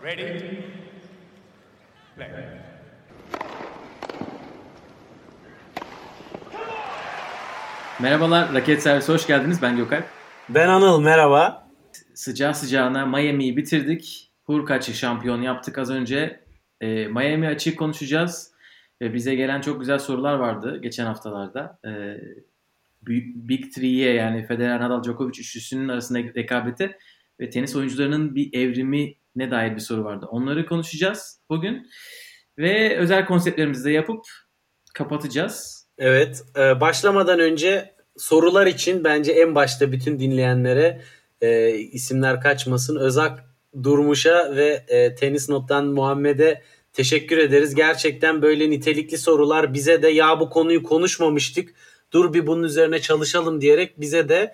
Ready? Play. Merhabalar, Raket Servisi hoş geldiniz. Ben Gökalp. Ben Anıl, merhaba. Sıcağı sıcağına Miami'yi bitirdik. Hurkaç'ı şampiyon yaptık az önce. Miami açığı konuşacağız. Bize gelen çok güzel sorular vardı geçen haftalarda. Big Three'ye yani Federer, Nadal, Djokovic üçlüsünün arasındaki rekabete ve tenis oyuncularının bir evrimine dair bir soru vardı. Onları konuşacağız bugün. Ve özel konseptlerimizi de yapıp kapatacağız. Evet, başlamadan önce sorular için bence en başta bütün dinleyenlere isimler kaçmasın. Özak Durmuş'a ve Tenis Not'tan Muhammed'e teşekkür ederiz. Gerçekten böyle nitelikli sorular bize de ya bu konuyu konuşmamıştık, dur bir bunun üzerine çalışalım diyerek bize de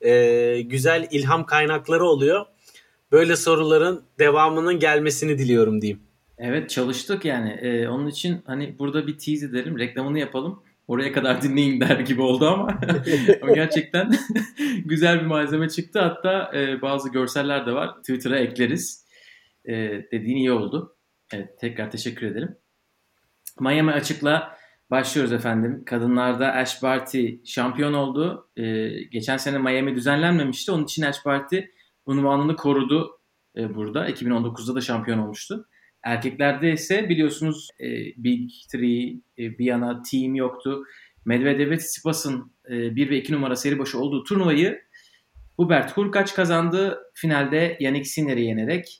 güzel ilham kaynakları oluyor. Böyle soruların devamının gelmesini diliyorum diyeyim. Evet çalıştık yani. Onun için hani burada bir tease edelim, reklamını yapalım. Oraya kadar dinleyin der gibi oldu ama gerçekten güzel bir malzeme çıktı. Hatta bazı görseller de var. Twitter'a ekleriz. Dediğin iyi oldu. Evet, tekrar teşekkür ederim. Miami Açık'la başlıyoruz efendim. Kadınlarda Ash Barty şampiyon oldu. Geçen sene Miami düzenlenmemişti. Onun için Ash Barty unvanını korudu burada. 2019'da da şampiyon olmuştu. Erkeklerde ise biliyorsunuz Big Three bir yana team yoktu. Medvedev ve Tsitsipas'ın 1 ve 2 numara seri başı olduğu turnuvayı Hubert Hurkacz kazandı. Finalde Jannik Sinner'i yenerek.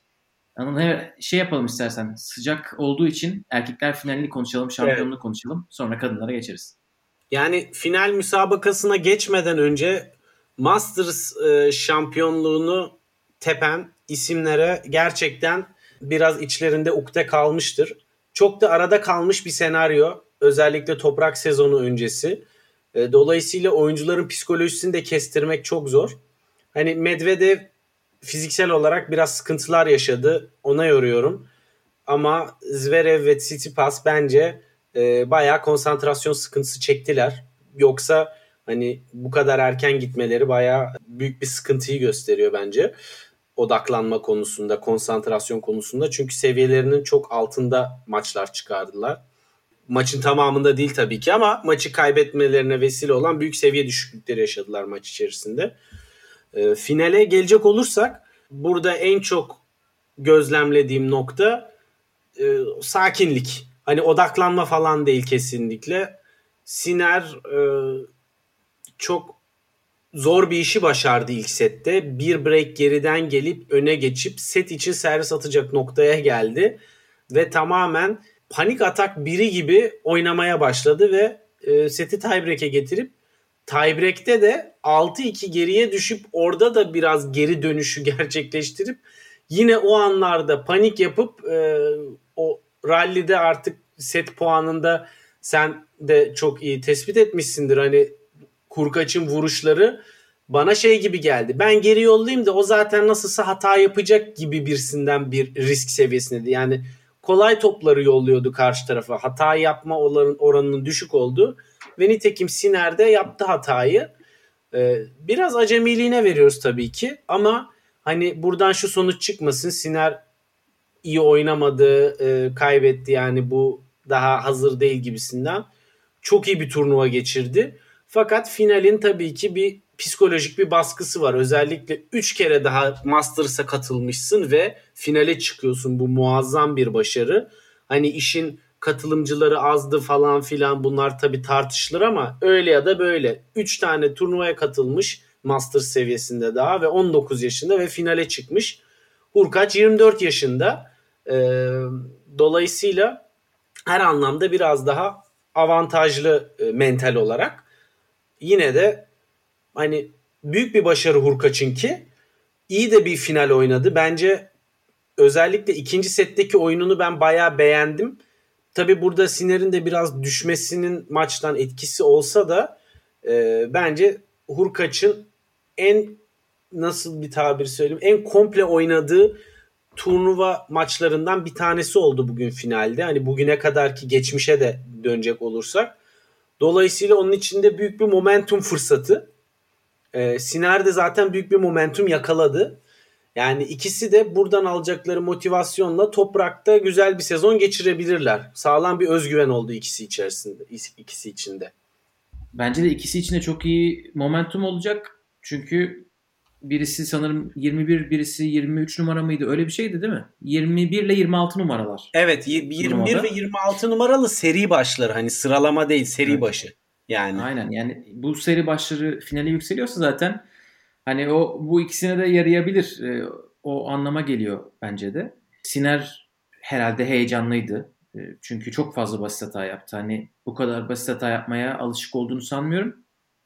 Şey yapalım istersen. Sıcak olduğu için erkekler finalini konuşalım, şampiyonluğu konuşalım. Sonra kadınlara geçeriz. Yani final müsabakasına geçmeden önce Masters şampiyonluğunu tepen isimlere gerçekten biraz içlerinde ukde kalmıştır. Çok da arada kalmış bir senaryo. Özellikle toprak sezonu öncesi. Dolayısıyla oyuncuların psikolojisini de kestirmek çok zor. Hani Medvedev fiziksel olarak biraz sıkıntılar yaşadı. Ona yoruyorum. Ama Zverev ve Tsitsipas bence bayağı konsantrasyon sıkıntısı çektiler. Yoksa hani bu kadar erken gitmeleri bayağı büyük bir sıkıntıyı gösteriyor bence. Odaklanma konusunda, konsantrasyon konusunda. Çünkü seviyelerinin çok altında maçlar çıkardılar. Maçın tamamında değil tabii ki ama maçı kaybetmelerine vesile olan büyük seviye düşüklükleri yaşadılar maç içerisinde. Finale gelecek olursak burada en çok gözlemlediğim nokta sakinlik. Hani odaklanma falan değil kesinlikle. Sinner çok zor bir işi başardı ilk sette. Bir break geriden gelip öne geçip set için servis atacak noktaya geldi. Ve tamamen panik atak biri gibi oynamaya başladı ve seti tiebreak'e getirip tiebreak'te de 6-2 geriye düşüp orada da biraz geri dönüşü gerçekleştirip yine o anlarda panik yapıp o rallide artık set puanında sen de çok iyi tespit etmişsindir. Hani Hurkaç'ın vuruşları bana şey gibi geldi. Ben geri yollayayım da o zaten nasılsa hata yapacak gibi birisinden bir risk seviyesindeydi. Yani kolay topları yolluyordu karşı tarafa. Hata yapma oranının düşük oldu. Ve nitekim Sinner de yaptı hatayı. Biraz acemiliğine veriyoruz tabii ki. Ama hani buradan şu sonuç çıkmasın. Sinner iyi oynamadı, kaybetti yani bu daha hazır değil gibisinden. Çok iyi bir turnuva geçirdi. Fakat finalin tabii ki bir psikolojik bir baskısı var. Özellikle 3 kere daha Masters'a katılmışsın ve finale çıkıyorsun. Bu muazzam bir başarı. Hani işin katılımcıları azdı falan filan bunlar tabii tartışılır ama öyle ya da böyle. 3 tane turnuvaya katılmış Masters seviyesinde daha ve 19 yaşında ve finale çıkmış. Hurkacz 24 yaşında. Dolayısıyla her anlamda biraz daha avantajlı mental olarak. Yine de hani büyük bir başarı Hurkaç'ınki. İyi de bir final oynadı. Bence özellikle ikinci setteki oyununu ben bayağı beğendim. Tabii burada Sinner'in de biraz düşmesinin maçtan etkisi olsa da bence Hurkaç'ın en nasıl bir tabir söyleyeyim en komple oynadığı turnuva maçlarından bir tanesi oldu bugün finalde. Hani bugüne kadarki geçmişe de dönecek olursak. Dolayısıyla onun içinde büyük bir momentum fırsatı. Sinner de zaten büyük bir momentum yakaladı. Yani ikisi de buradan alacakları motivasyonla Toprak'ta güzel bir sezon geçirebilirler. Sağlam bir özgüven oldu ikisi içinde. Bence de ikisi için de çok iyi momentum olacak. Çünkü birisi sanırım 21, birisi 23 numara mıydı? Öyle bir şeydi değil mi? 21 ile 26 numaralar. Evet, 21 ve 26 numaralı seri başları, hani sıralama değil, seri başı. Yani. Aynen, yani bu seri başları finale yükseliyorsa zaten hani bu ikisine de yarayabilir. O anlama geliyor bence de. Sinner herhalde heyecanlıydı. Çünkü çok fazla basit hata yaptı. Hani bu kadar basit hata yapmaya alışık olduğunu sanmıyorum.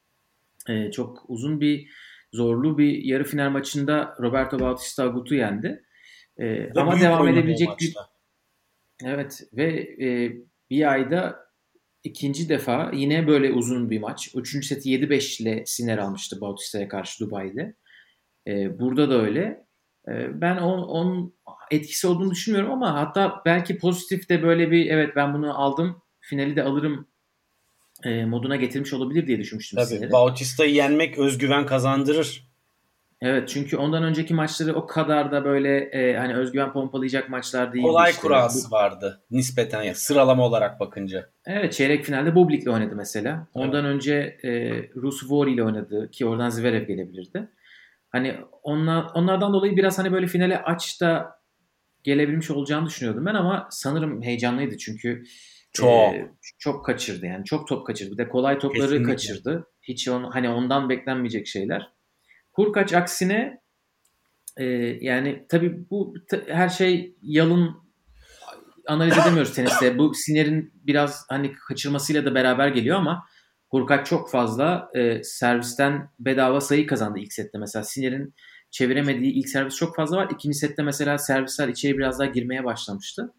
Çok uzun zorlu bir yarı final maçında Roberto Bautista Agut'u yendi. Ama devam edebilecek bir... Evet ve bir ayda ikinci defa yine böyle uzun bir maç. Üçüncü seti 7-5 ile Sinner almıştı Bautista'ya karşı Dubai'de. Burada da öyle. Ben onun etkisi olduğunu düşünmüyorum ama hatta belki pozitif de böyle bir evet ben bunu aldım finali de alırım moduna getirmiş olabilir diye düşünmüştüm. Tabii Sinner'i. Bautista'yı yenmek özgüven kazandırır. Evet, çünkü ondan önceki maçları o kadar da böyle hani özgüven pompalayacak maçlar değil. Kolay işte. Kurası vardı nispeten ya sıralama olarak bakınca. Evet, çeyrek finalde Bublik'le oynadı mesela. Ondan önce Ruusuvuori ile oynadı ki oradan Zverev gelebilirdi. Hani onlardan dolayı biraz hani böyle finale da gelebilmiş olacağını düşünüyordum ben ama sanırım heyecanlıydı çünkü çok kaçırdı yani çok top kaçırdı. Bir de kolay topları kesinlikle kaçırdı. Hiç hani ondan beklenmeyecek şeyler. Hurkacz aksine yani tabii bu her şey yalın analiz edemiyoruz teniste. Bu Sinner'in biraz hani kaçırmasıyla da beraber geliyor ama Hurkacz çok fazla servisten bedava sayı kazandı ilk sette. Mesela Sinner'in çeviremediği ilk servis çok fazla var. İkinci sette mesela servisler içeri biraz daha girmeye başlamıştı.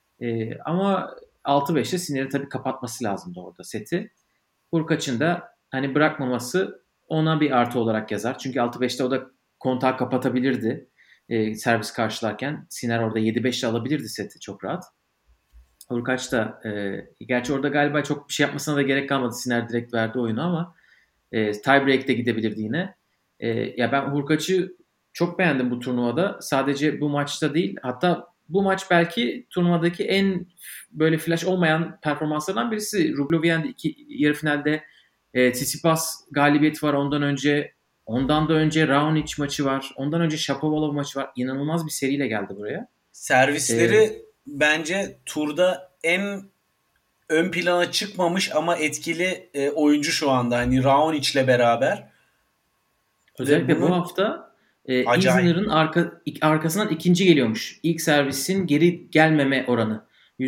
Ama 6-5'te Sinner'in tabii kapatması lazımdı orada seti. Hurkacz'ın da hani bırakmaması ona bir artı olarak yazar. Çünkü 6-5'te o da kontağı kapatabilirdi. Servis karşılarken. Sinner orada 7-5'le alabilirdi seti çok rahat. Hurkacz da gerçi orada galiba çok bir şey yapmasına da gerek kalmadı. Sinner direkt verdi oyunu ama tiebreak'te gidebilirdi yine. Ya ben Hurkacz'ı çok beğendim bu turnuvada. Sadece bu maçta değil. Hatta bu maç belki turnuvadaki en böyle flash olmayan performanslardan birisi. Rublev yendi yarı finalde. Tsitsipas galibiyeti var ondan da önce Raonic maçı var. Ondan önce Shapovalov maçı var. İnanılmaz bir seriyle geldi buraya. Servisleri bence turda en ön plana çıkmamış ama etkili oyuncu şu anda. Hani Raonic'le beraber. Özellikle bu hafta Isner'ın arkasından ikinci geliyormuş. İlk servisin geri gelmeme oranı.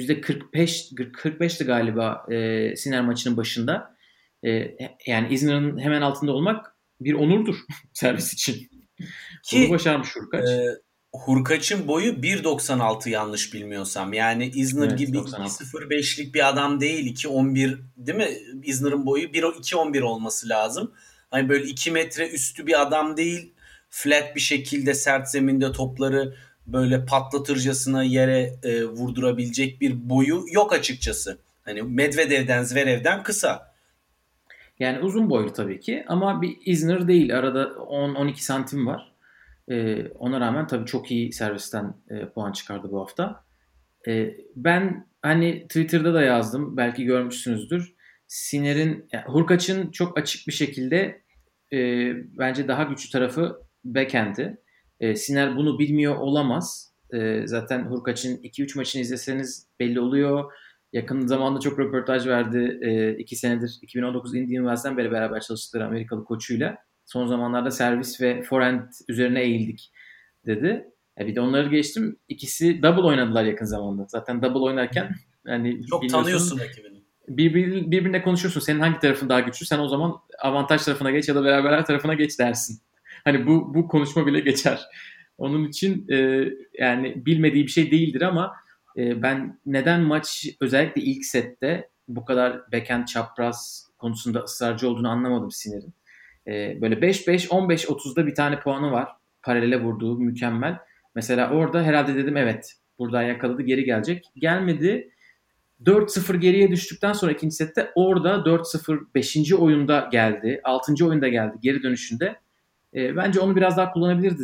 %45'ti galiba Sinner maçının başında. Yani Isner'ın hemen altında olmak bir onurdur servis için. Bunu başarmış Hurkacz. Hurkacz'ın boyu 1.96 yanlış bilmiyorsam. Yani Isner gibi 2.05'lik bir adam değil. 2.11 değil mi? Isner'ın boyu 2.11 olması lazım. Hani böyle 2 metre üstü bir adam değil. Flat bir şekilde sert zeminde topları böyle patlatırcasına yere vurdurabilecek bir boyu yok açıkçası. Hani Medvedev'den, Zverev'den kısa. Yani uzun boylu tabii ki ama bir Isner değil. Arada 10-12 santim var. Ona rağmen tabii çok iyi servisten puan çıkardı bu hafta. Ben hani Twitter'da da yazdım. Belki görmüşsünüzdür. Hurkacz'ın çok açık bir şekilde bence daha güçlü tarafı backhand'i. Sinner bunu bilmiyor olamaz. Zaten Hurkacz'ın 2-3 maçını izleseniz belli oluyor. Yakın zamanda çok röportaj verdi. 2 senedir 2019 Indian Wells'den beri beraber çalıştıkları Amerikalı koçuyla. Son zamanlarda servis ve forehand üzerine eğildik dedi. Bir de onları geçtim. İkisi double oynadılar yakın zamanda. Zaten double oynarken yani çok tanıyorsun rakibini. Birbirine konuşursun. Senin hangi tarafın daha güçlü? Sen o zaman avantaj tarafına geç ya da beraberler tarafına geç dersin. Hani bu konuşma bile geçer. Onun için yani bilmediği bir şey değildir ama ben neden maç özellikle ilk sette bu kadar backhand çapraz konusunda ısrarcı olduğunu anlamadım Sinner'in. Böyle 5-5, 15-30'da bir tane puanı var. Paralele vurduğu mükemmel. Mesela orada herhalde dedim evet buradan yakaladı geri gelecek. Gelmedi. 4-0 geriye düştükten sonra ikinci sette orada 4-0 5. oyunda geldi. 6. oyunda geldi geri dönüşünde. Bence onu biraz daha kullanabilirdi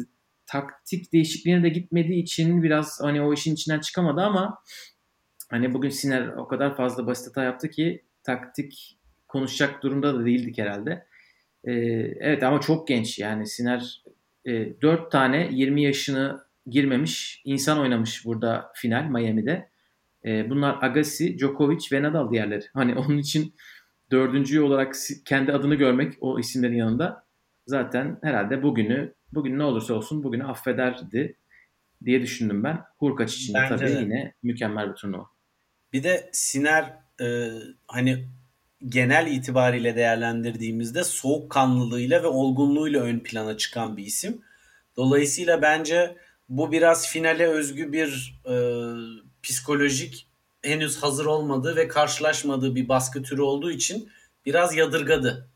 taktik değişikliğine de gitmediği için biraz hani o işin içinden çıkamadı ama hani bugün Sinner o kadar fazla basit hata yaptı ki taktik konuşacak durumda da değildik herhalde. Evet ama çok genç yani Sinner 4 tane 20 yaşını girmemiş insan oynamış burada final Miami'de. Bunlar Agassi, Djokovic ve Nadal diğerleri. Hani onun için dördüncü olarak kendi adını görmek o isimlerin yanında zaten herhalde bugün ne olursa olsun bugünü affederdi diye düşündüm ben. Hurkaç için de Bence tabii de. yine mükemmel bir turnuva. Bir de Sinner hani genel itibariyle değerlendirdiğimizde soğukkanlılığıyla ve olgunluğuyla ön plana çıkan bir isim. Dolayısıyla bence bu biraz finale özgü bir psikolojik henüz hazır olmadığı ve karşılaşmadığı bir baskı türü olduğu için biraz yadırgadı.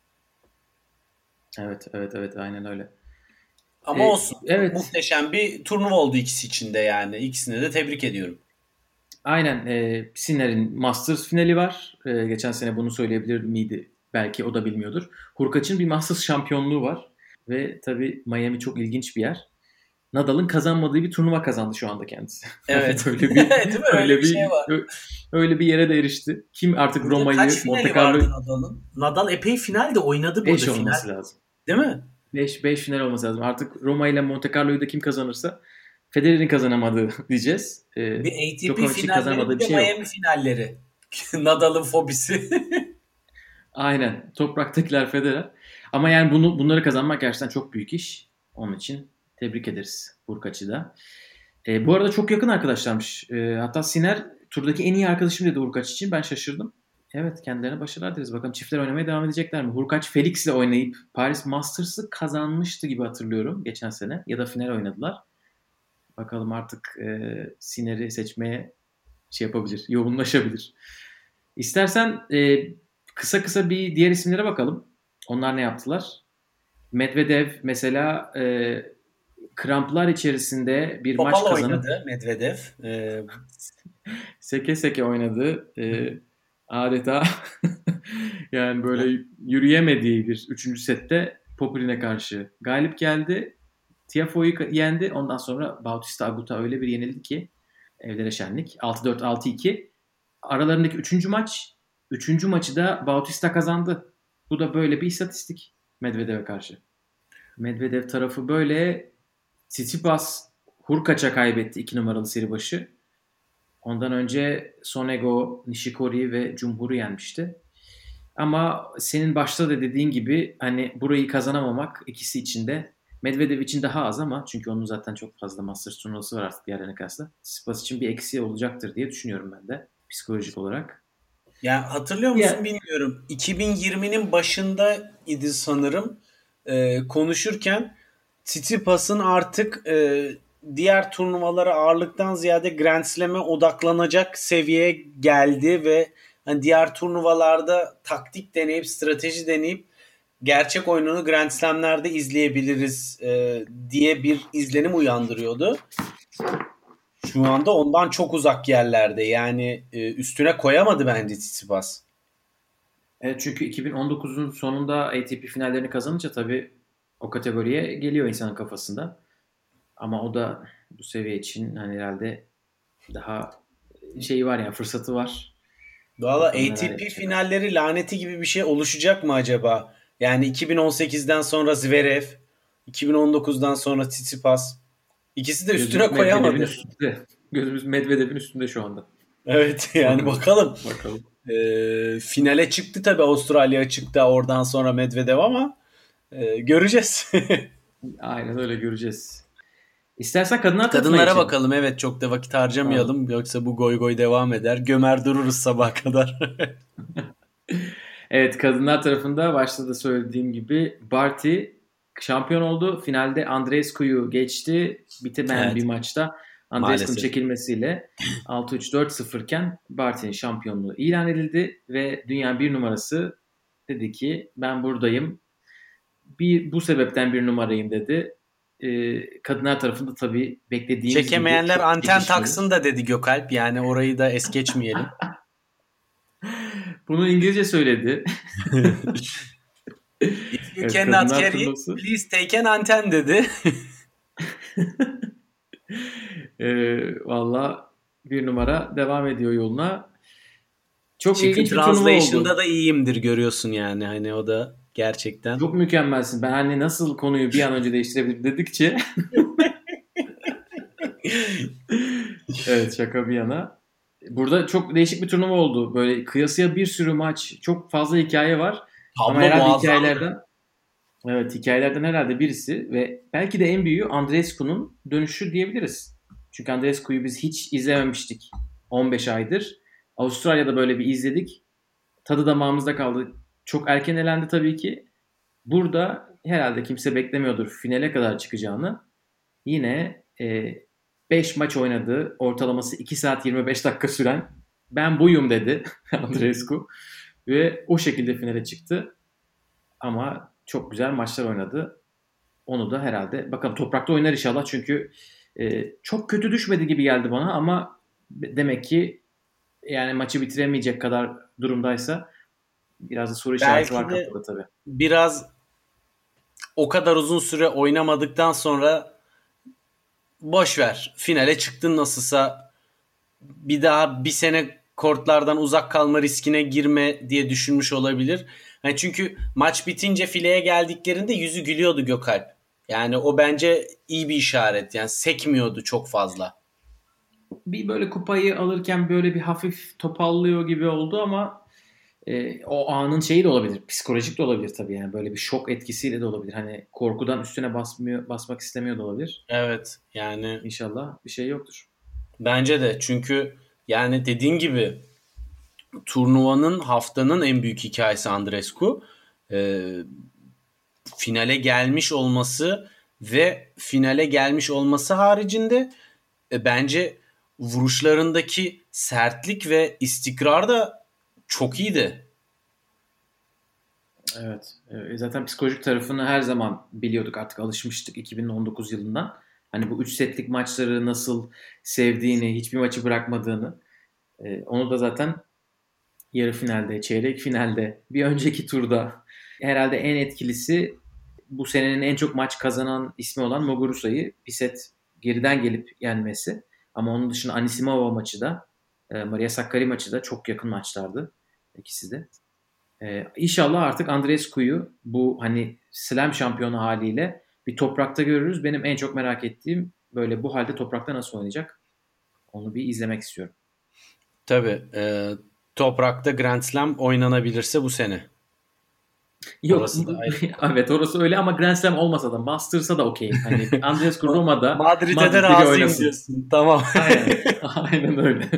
Evet aynen öyle. Ama olsun. Evet. Muhteşem bir turnuva oldu ikisi için de yani. İkisini de tebrik ediyorum. Aynen. Sinner'in Masters finali var. Geçen sene bunu söyleyebilir miydi? Belki o da bilmiyordur. Hurkaç'ın bir Masters şampiyonluğu var. Ve tabii Miami çok ilginç bir yer. Nadal'ın kazanmadığı bir turnuva kazandı şu anda kendisi. Evet. öyle bir Değil mi? Öyle bir şey var. Öyle bir yere de erişti. Kim artık Burada Roma'yı, kaç finali Monte Carlo'yu... vardı Nadal'ın? Nadal epey final de oynadı burada 5 olması final. lazım. Değil mi? 5 final olması lazım. Artık Roma ile Monte Carlo'yu da kim kazanırsa Federer'in kazanamadığı diyeceğiz. Bir ATP Djokovic'in finalleri kazanamadığı bir bir de şey yok. Miami finalleri. Nadal'ın fobisi. Aynen. Topraktakiler Federer. Ama yani bunları kazanmak gerçekten çok büyük iş. Onun için tebrik ederiz Hurkaç'ı da. Bu arada çok yakın arkadaşlarmış. Hatta Sinner turdaki en iyi arkadaşım dedi Hurkaç için. Ben şaşırdım. Evet, kendilerine başarılar dileriz. Bakalım çiftler oynamaya devam edecekler mi? Hurkaç Felix'le oynayıp Paris Masters'ı kazanmıştı gibi hatırlıyorum geçen sene. Ya da final oynadılar. Bakalım artık Sinner'i seçmeye şey yapabilir, yoğunlaşabilir. İstersen kısa bir diğer isimlere bakalım. Onlar ne yaptılar? Medvedev mesela kramplar içerisinde bir maç Topal kazanıp oynadı Medvedev. seke seke oynadı. Adeta yani böyle yürüyemediği bir 3. sette Popirin'e karşı galip geldi. Tiafoe'yu yendi. Ondan sonra Bautista Agut'a öyle bir yenildi ki evlere şenlik. 6-4, 6-2. Aralarındaki 3. maç. 3. maçı da Bautista kazandı. Bu da böyle bir istatistik Medvedev'e karşı. Medvedev tarafı böyle. Tsitsipas Hurkaç'a kaybetti 2 numaralı seri başı. Ondan önce Sonego, Nishikori ve Cumhur'u yenmişti. Ama senin başta da dediğin gibi hani burayı kazanamamak ikisi için de Medvedev için daha az ama çünkü onun zaten çok fazla Masters turnuvası var artık diğerlerine kıyasla. Tsitsipas için bir eksiği olacaktır diye düşünüyorum ben de psikolojik olarak. Ya hatırlıyor musun bilmiyorum. 2020'nin başında idi sanırım. Konuşurken Tsitsipas'ın artık diğer turnuvalara ağırlıktan ziyade Grand Slam'e odaklanacak seviyeye geldi ve hani diğer turnuvalarda taktik deneyip strateji deneyip gerçek oyununu Grand Slam'lerde izleyebiliriz diye bir izlenim uyandırıyordu. Şu anda ondan çok uzak yerlerde. Yani üstüne koyamadı bence Tsitsipas. Evet, çünkü 2019'un sonunda ATP finallerini kazanınca tabii o kategoriye geliyor insanın kafasında. Ama o da bu seviye için hani herhalde daha şeyi var yani fırsatı var. Valla ATP finalleri laneti gibi bir şey oluşacak mı acaba? Yani 2018'den sonra Zverev, 2019'dan sonra Tsitsipas. İkisi de üstüne koyamadı. Gözümüz Medvedev'in üstünde şu anda. Evet yani bakalım. Bakalım. Finale çıktı tabii Avustralya açıkta oradan sonra Medvedev ama göreceğiz. Aynen öyle göreceğiz. İstersen kadınlara bakalım. Evet çok da vakit harcamayalım. Tamam. Yoksa bu goy goy devam eder. Gömer dururuz sabaha kadar. Evet kadınlar tarafında başta da söylediğim gibi Barty şampiyon oldu. Finalde Andreescu'yu geçti. Bitemeyen bir maçta Andreescu'nun çekilmesiyle 6-3-4-0 iken Barty'nin şampiyonluğu ilan edildi ve dünya 1 numarası dedi ki ben buradayım. Bu sebepten 1 numarayım dedi. Kadınlar tarafında tabii beklediğimiz çekemeyenler gibi anten taksın da dedi Gökalp. Yani orayı da es geçmeyelim. Bunu İngilizce söyledi. If you cannot carry, please take an anten dedi. Valla bir numara devam ediyor yoluna. Çok Chicken ilginç bir turnuva Translation'da oldu. da iyiyimdir görüyorsun yani. Hani o da gerçekten. Çok mükemmelsin. Ben hani nasıl konuyu bir an önce değiştirebilirim dedikçe. Evet, şaka bir yana. Burada çok değişik bir turnuva oldu. Böyle kıyasıya bir sürü maç, çok fazla hikaye var. Ama Tablo herhalde muazzamdı. hikayelerden herhalde birisi ve belki de en büyüğü Andreescu'nun dönüşü diyebiliriz. Çünkü Andreescu'yu biz hiç izlememiştik 15 aydır. Avustralya'da böyle bir izledik. Tadı damağımızda kaldı. Çok erken elendi tabii ki. Burada herhalde kimse beklemiyordur finale kadar çıkacağını. Yine 5 maç oynadı. Ortalaması 2 saat 25 dakika süren ben buyum dedi Andreescu. Ve o şekilde finale çıktı. Ama çok güzel maçlar oynadı. Onu da herhalde bakalım toprakta oynar inşallah çünkü çok kötü düşmedi gibi geldi bana ama demek ki yani maçı bitiremeyecek kadar durumdaysa biraz da soru işareti Belki var de kafada tabii. biraz o kadar uzun süre oynamadıktan sonra boş ver. Finale çıktın nasılsa bir daha bir sene kortlardan uzak kalma riskine girme diye düşünmüş olabilir. Yani çünkü maç bitince fileye geldiklerinde yüzü gülüyordu Gökalp. Yani o bence iyi bir işaret. Yani sekmiyordu çok fazla. Bir böyle kupayı alırken böyle bir hafif topallıyor gibi oldu ama o anın şeyi de olabilir. Psikolojik de olabilir tabii yani. Böyle bir şok etkisiyle de olabilir. Hani korkudan üstüne basmak istemiyor da olabilir. Evet yani İnşallah bir şey yoktur. bence de çünkü yani dediğin gibi turnuvanın haftanın en büyük hikayesi Andreescu. Finale gelmiş olması ve finale gelmiş olması haricinde bence vuruşlarındaki sertlik ve istikrar da çok iyiydi. Evet. Zaten psikolojik tarafını her zaman biliyorduk artık alışmıştık 2019 yılından. Hani bu 3 setlik maçları nasıl sevdiğini, hiçbir maçı bırakmadığını. Onu da zaten yarı finalde, çeyrek finalde, bir önceki turda herhalde en etkilisi bu senenin en çok maç kazanan ismi olan Muguruza'yı bir set geriden gelip yenmesi. Ama onun dışında Anisimova maçı da, Maria Sakkari maçı da çok yakın maçlardı ikisi de. İnşallah artık Andreescu'yu bu hani slam şampiyonu haliyle bir toprakta görürüz. Benim en çok merak ettiğim böyle bu halde toprakta nasıl oynayacak? Onu bir izlemek istiyorum. Tabii toprakta Grand Slam oynanabilirse bu sene. Yok, Orası da ayrı. evet orası öyle ama Grand Slam olmasa da Masters'a da okeyim. Hani bir Andreescu Roma'da Madrid'e de Madrid'de bir razıyım oynasın. diyorsun. Tamam. Aynen. Aynen öyle.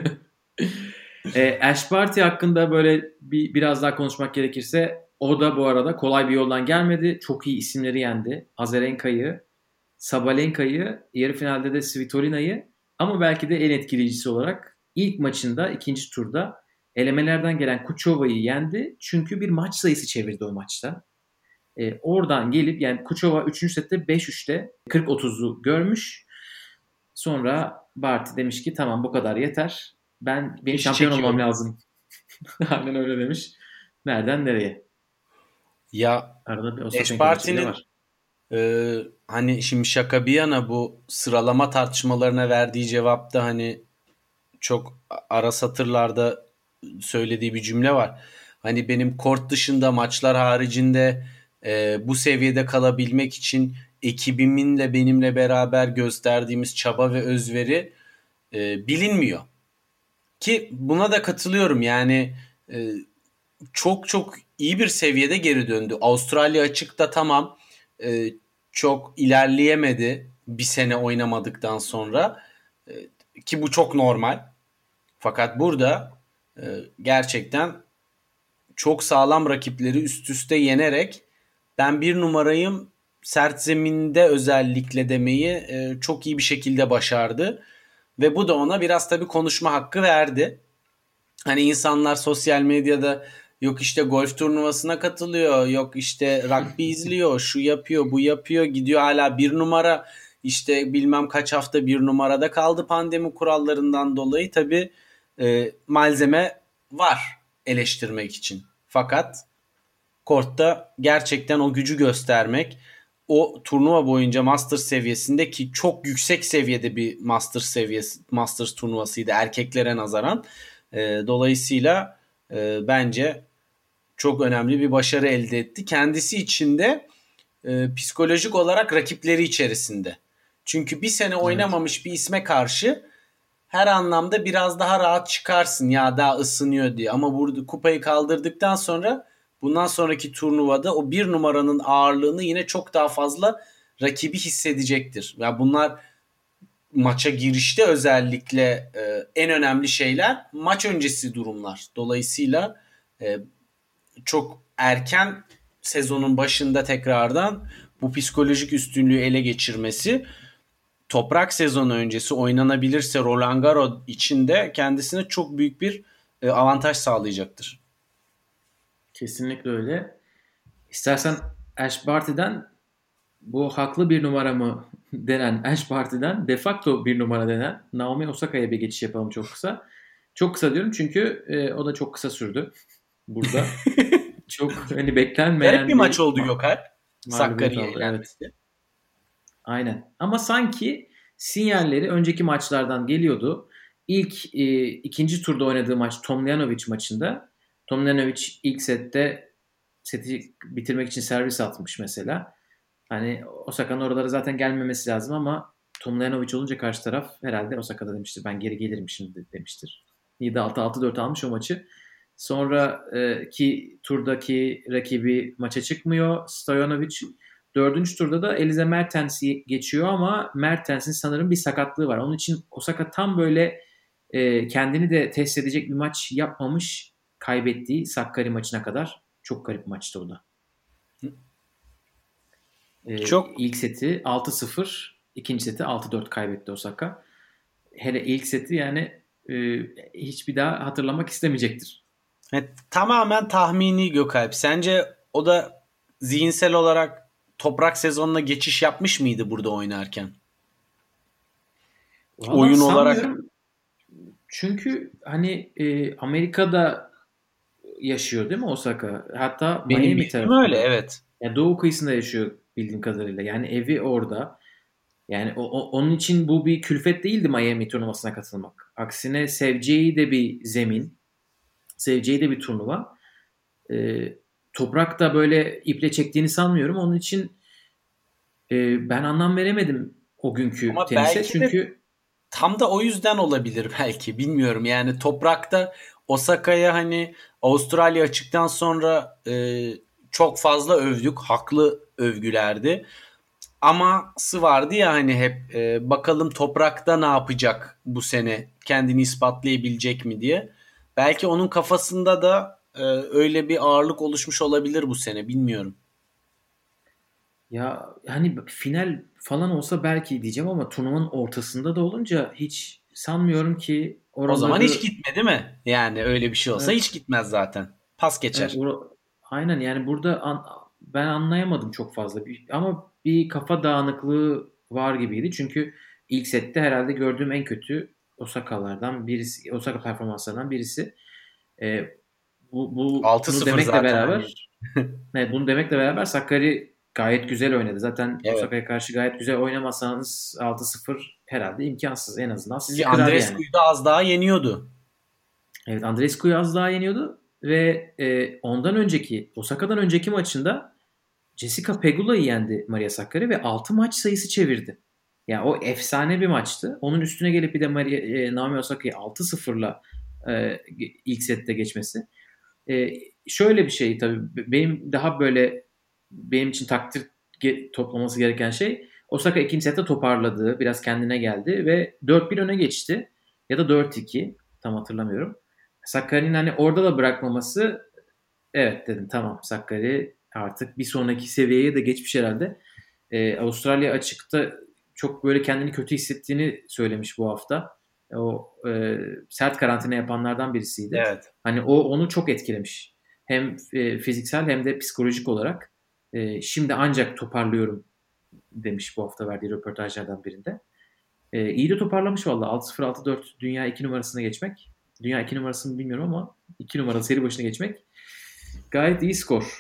Ash Barty hakkında böyle biraz daha konuşmak gerekirse o da bu arada kolay bir yoldan gelmedi. Çok iyi isimleri yendi. Azarenka'yı, Sabalenka'yı, yarı finalde de Svitolina'yı ama belki de en etkileyicisi olarak ilk maçında ikinci turda elemelerden gelen Kuchova'yı yendi. Çünkü bir maç sayısı çevirdi o maçta. Oradan gelip yani Kuchova 3. sette 5-3'te 40-30'u görmüş. Sonra Barty demiş ki tamam bu kadar yeter. Benim Fişi şampiyon olmam çekiyorum. lazım. Aynen öyle demiş. Nereden nereye? Ya Arada bir Ash Ostapenko maçı bile Barty'nin var. hani şimdi şaka bir yana bu sıralama tartışmalarına verdiği cevapta hani çok ara satırlarda söylediği bir cümle var. Hani benim kort dışında maçlar haricinde bu seviyede kalabilmek için ekibiminle benimle beraber gösterdiğimiz çaba ve özveri bilinmiyor. Ki buna da katılıyorum yani e, çok çok iyi bir seviyede geri döndü. Avustralya açıkta tamam çok ilerleyemedi bir sene oynamadıktan sonra ki bu çok normal. Fakat burada gerçekten çok sağlam rakipleri üst üste yenerek ben bir numarayım sert zeminde özellikle demeyi çok iyi bir şekilde başardı. Ve bu da ona biraz tabii konuşma hakkı verdi. Hani insanlar sosyal medyada yok işte golf turnuvasına katılıyor, yok işte rugby izliyor, şu yapıyor, bu yapıyor, gidiyor hala bir numara işte bilmem kaç hafta bir numarada kaldı pandemi kurallarından dolayı tabii malzeme var eleştirmek için. Fakat kortta gerçekten o gücü göstermek, o turnuva boyunca Masters seviyesinde, ki çok yüksek seviyede bir Masters turnuvasıydı erkeklere nazaran. Dolayısıyla bence çok önemli bir başarı elde etti. Kendisi için de psikolojik olarak rakipleri içerisinde. Çünkü bir sene oynamamış bir isme karşı her anlamda biraz daha rahat çıkarsın ya daha ısınıyor diye. Ama burada kupayı kaldırdıktan sonra bundan sonraki turnuvada o bir numaranın ağırlığını yine çok daha fazla rakibi hissedecektir. Ya bunlar maça girişte özellikle en önemli şeyler maç öncesi durumlar. Dolayısıyla çok erken sezonun başında tekrardan bu psikolojik üstünlüğü ele geçirmesi toprak sezonu öncesi oynanabilirse Roland Garros için de kendisine çok büyük bir avantaj sağlayacaktır. Kesinlikle öyle. İstersen Ash Barty'den bu haklı bir numara mı denen Ash Barty'den de facto bir numara denen Naomi Osaka'ya bir geçiş yapalım çok kısa. Çok kısa diyorum çünkü o da çok kısa sürdü burada. Çok hani beklenmeyen garip bir maç oldu Gökalp. Sakkari'ye elenmesi. Evet. Aynen. Ama sanki sinyalleri önceki maçlardan geliyordu. İkinci turda oynadığı maç Tomljanovic maçında. Tomljanovic ilk seti bitirmek için servis atmış mesela. Hani Osaka'nın oralara zaten gelmemesi lazım ama Tomljanovic olunca karşı taraf herhalde Osaka'da demiştir. Ben geri gelirim şimdi demiştir. 7-6, 6-4 almış o maçı. Sonraki turdaki rakibi maça çıkmıyor. Stojanovic. Dördüncü turda da Elise Mertens'i geçiyor ama Mertens'in sanırım bir sakatlığı var. Onun için Osaka tam böyle kendini de test edecek bir maç yapmamış, kaybettiği Sakkari maçına kadar. Çok garip maçtı o da. İlk seti 6-0, ikinci seti 6-4 kaybetti Osaka. Hele ilk seti yani hiçbir daha hatırlamak istemeyecektir. Tamamen tahmini Gökalp. Sence o da zihinsel olarak toprak sezonuna geçiş yapmış mıydı burada oynarken? Vallahi oyun olarak. Çünkü hani Amerika'da yaşıyor değil mi Osaka? Hatta Miami tarafında. Öyle evet. Yani doğu kıyısında yaşıyor bildiğim kadarıyla. Yani evi orada. Yani onun için bu bir külfet değildi Miami turnuvasına katılmak. Aksine seveceği de bir zemin. Seveceği de bir turnuva. Toprak da böyle iple çektiğini sanmıyorum. Onun için ben anlam veremedim o günkü ama tenise. Çünkü tam da o yüzden olabilir belki. Bilmiyorum yani toprakta Osaka'ya hani Avustralya açıktan sonra çok fazla övdük. Haklı övgülerdi. Aması vardı ya hani hep bakalım toprakta ne yapacak bu sene? Kendini ispatlayabilecek mi diye. Belki onun kafasında da öyle bir ağırlık oluşmuş olabilir bu sene. Bilmiyorum. Ya hani final falan olsa belki diyeceğim ama turnuvanın ortasında da olunca hiç sanmıyorum ki oraları... O zaman hiç gitme değil mi? Yani öyle bir şey olsa hiç gitmez zaten. Pas geçer. Evet, aynen yani burada ben anlayamadım çok fazla. Ama bir kafa dağınıklığı var gibiydi. Çünkü ilk sette herhalde gördüğüm en kötü Osaka'lardan birisi, Osaka performanslarından birisi. Bunu demekle beraber evet, bunu demekle beraber Sakkari gayet güzel oynadı. Zaten evet. Osaka'ya karşı gayet güzel oynamasanız 6-0 herhalde imkansız en azından. Sizi kırar Andreescu'yu da az daha yeniyordu. Evet, Andreescu'yu az daha yeniyordu ve ondan önceki Osaka'dan önceki maçında Jessica Pegula'yı yendi Maria Sakkari ve 6 maç sayısı çevirdi. Yani o efsane bir maçtı. Onun üstüne gelip bir de Naomi Osaka'yı 6-0'la ilk sette geçmesi. Şöyle bir şey tabii benim için takdir toplaması gereken şey Osaka ikinci sette toparladı. Biraz kendine geldi ve 4-1 öne geçti. Ya da 4-2 tam hatırlamıyorum. Sakkari'nin hani orada da bırakmaması evet dedim tamam Sakkari artık bir sonraki seviyeye de geçmiş herhalde. Avustralya açıkta çok böyle kendini kötü hissettiğini söylemiş bu hafta. O sert karantina yapanlardan birisiydi. Evet. Hani onu çok etkilemiş. Hem fiziksel hem de psikolojik olarak. Şimdi ancak toparlıyorum demiş bu hafta verdiği röportajlardan birinde. İyi de toparlamış valla. 6-0, 6-4 dünya 2 numarasına geçmek. Dünya 2 numarasını bilmiyorum ama 2 numaralı seri başına geçmek gayet iyi skor.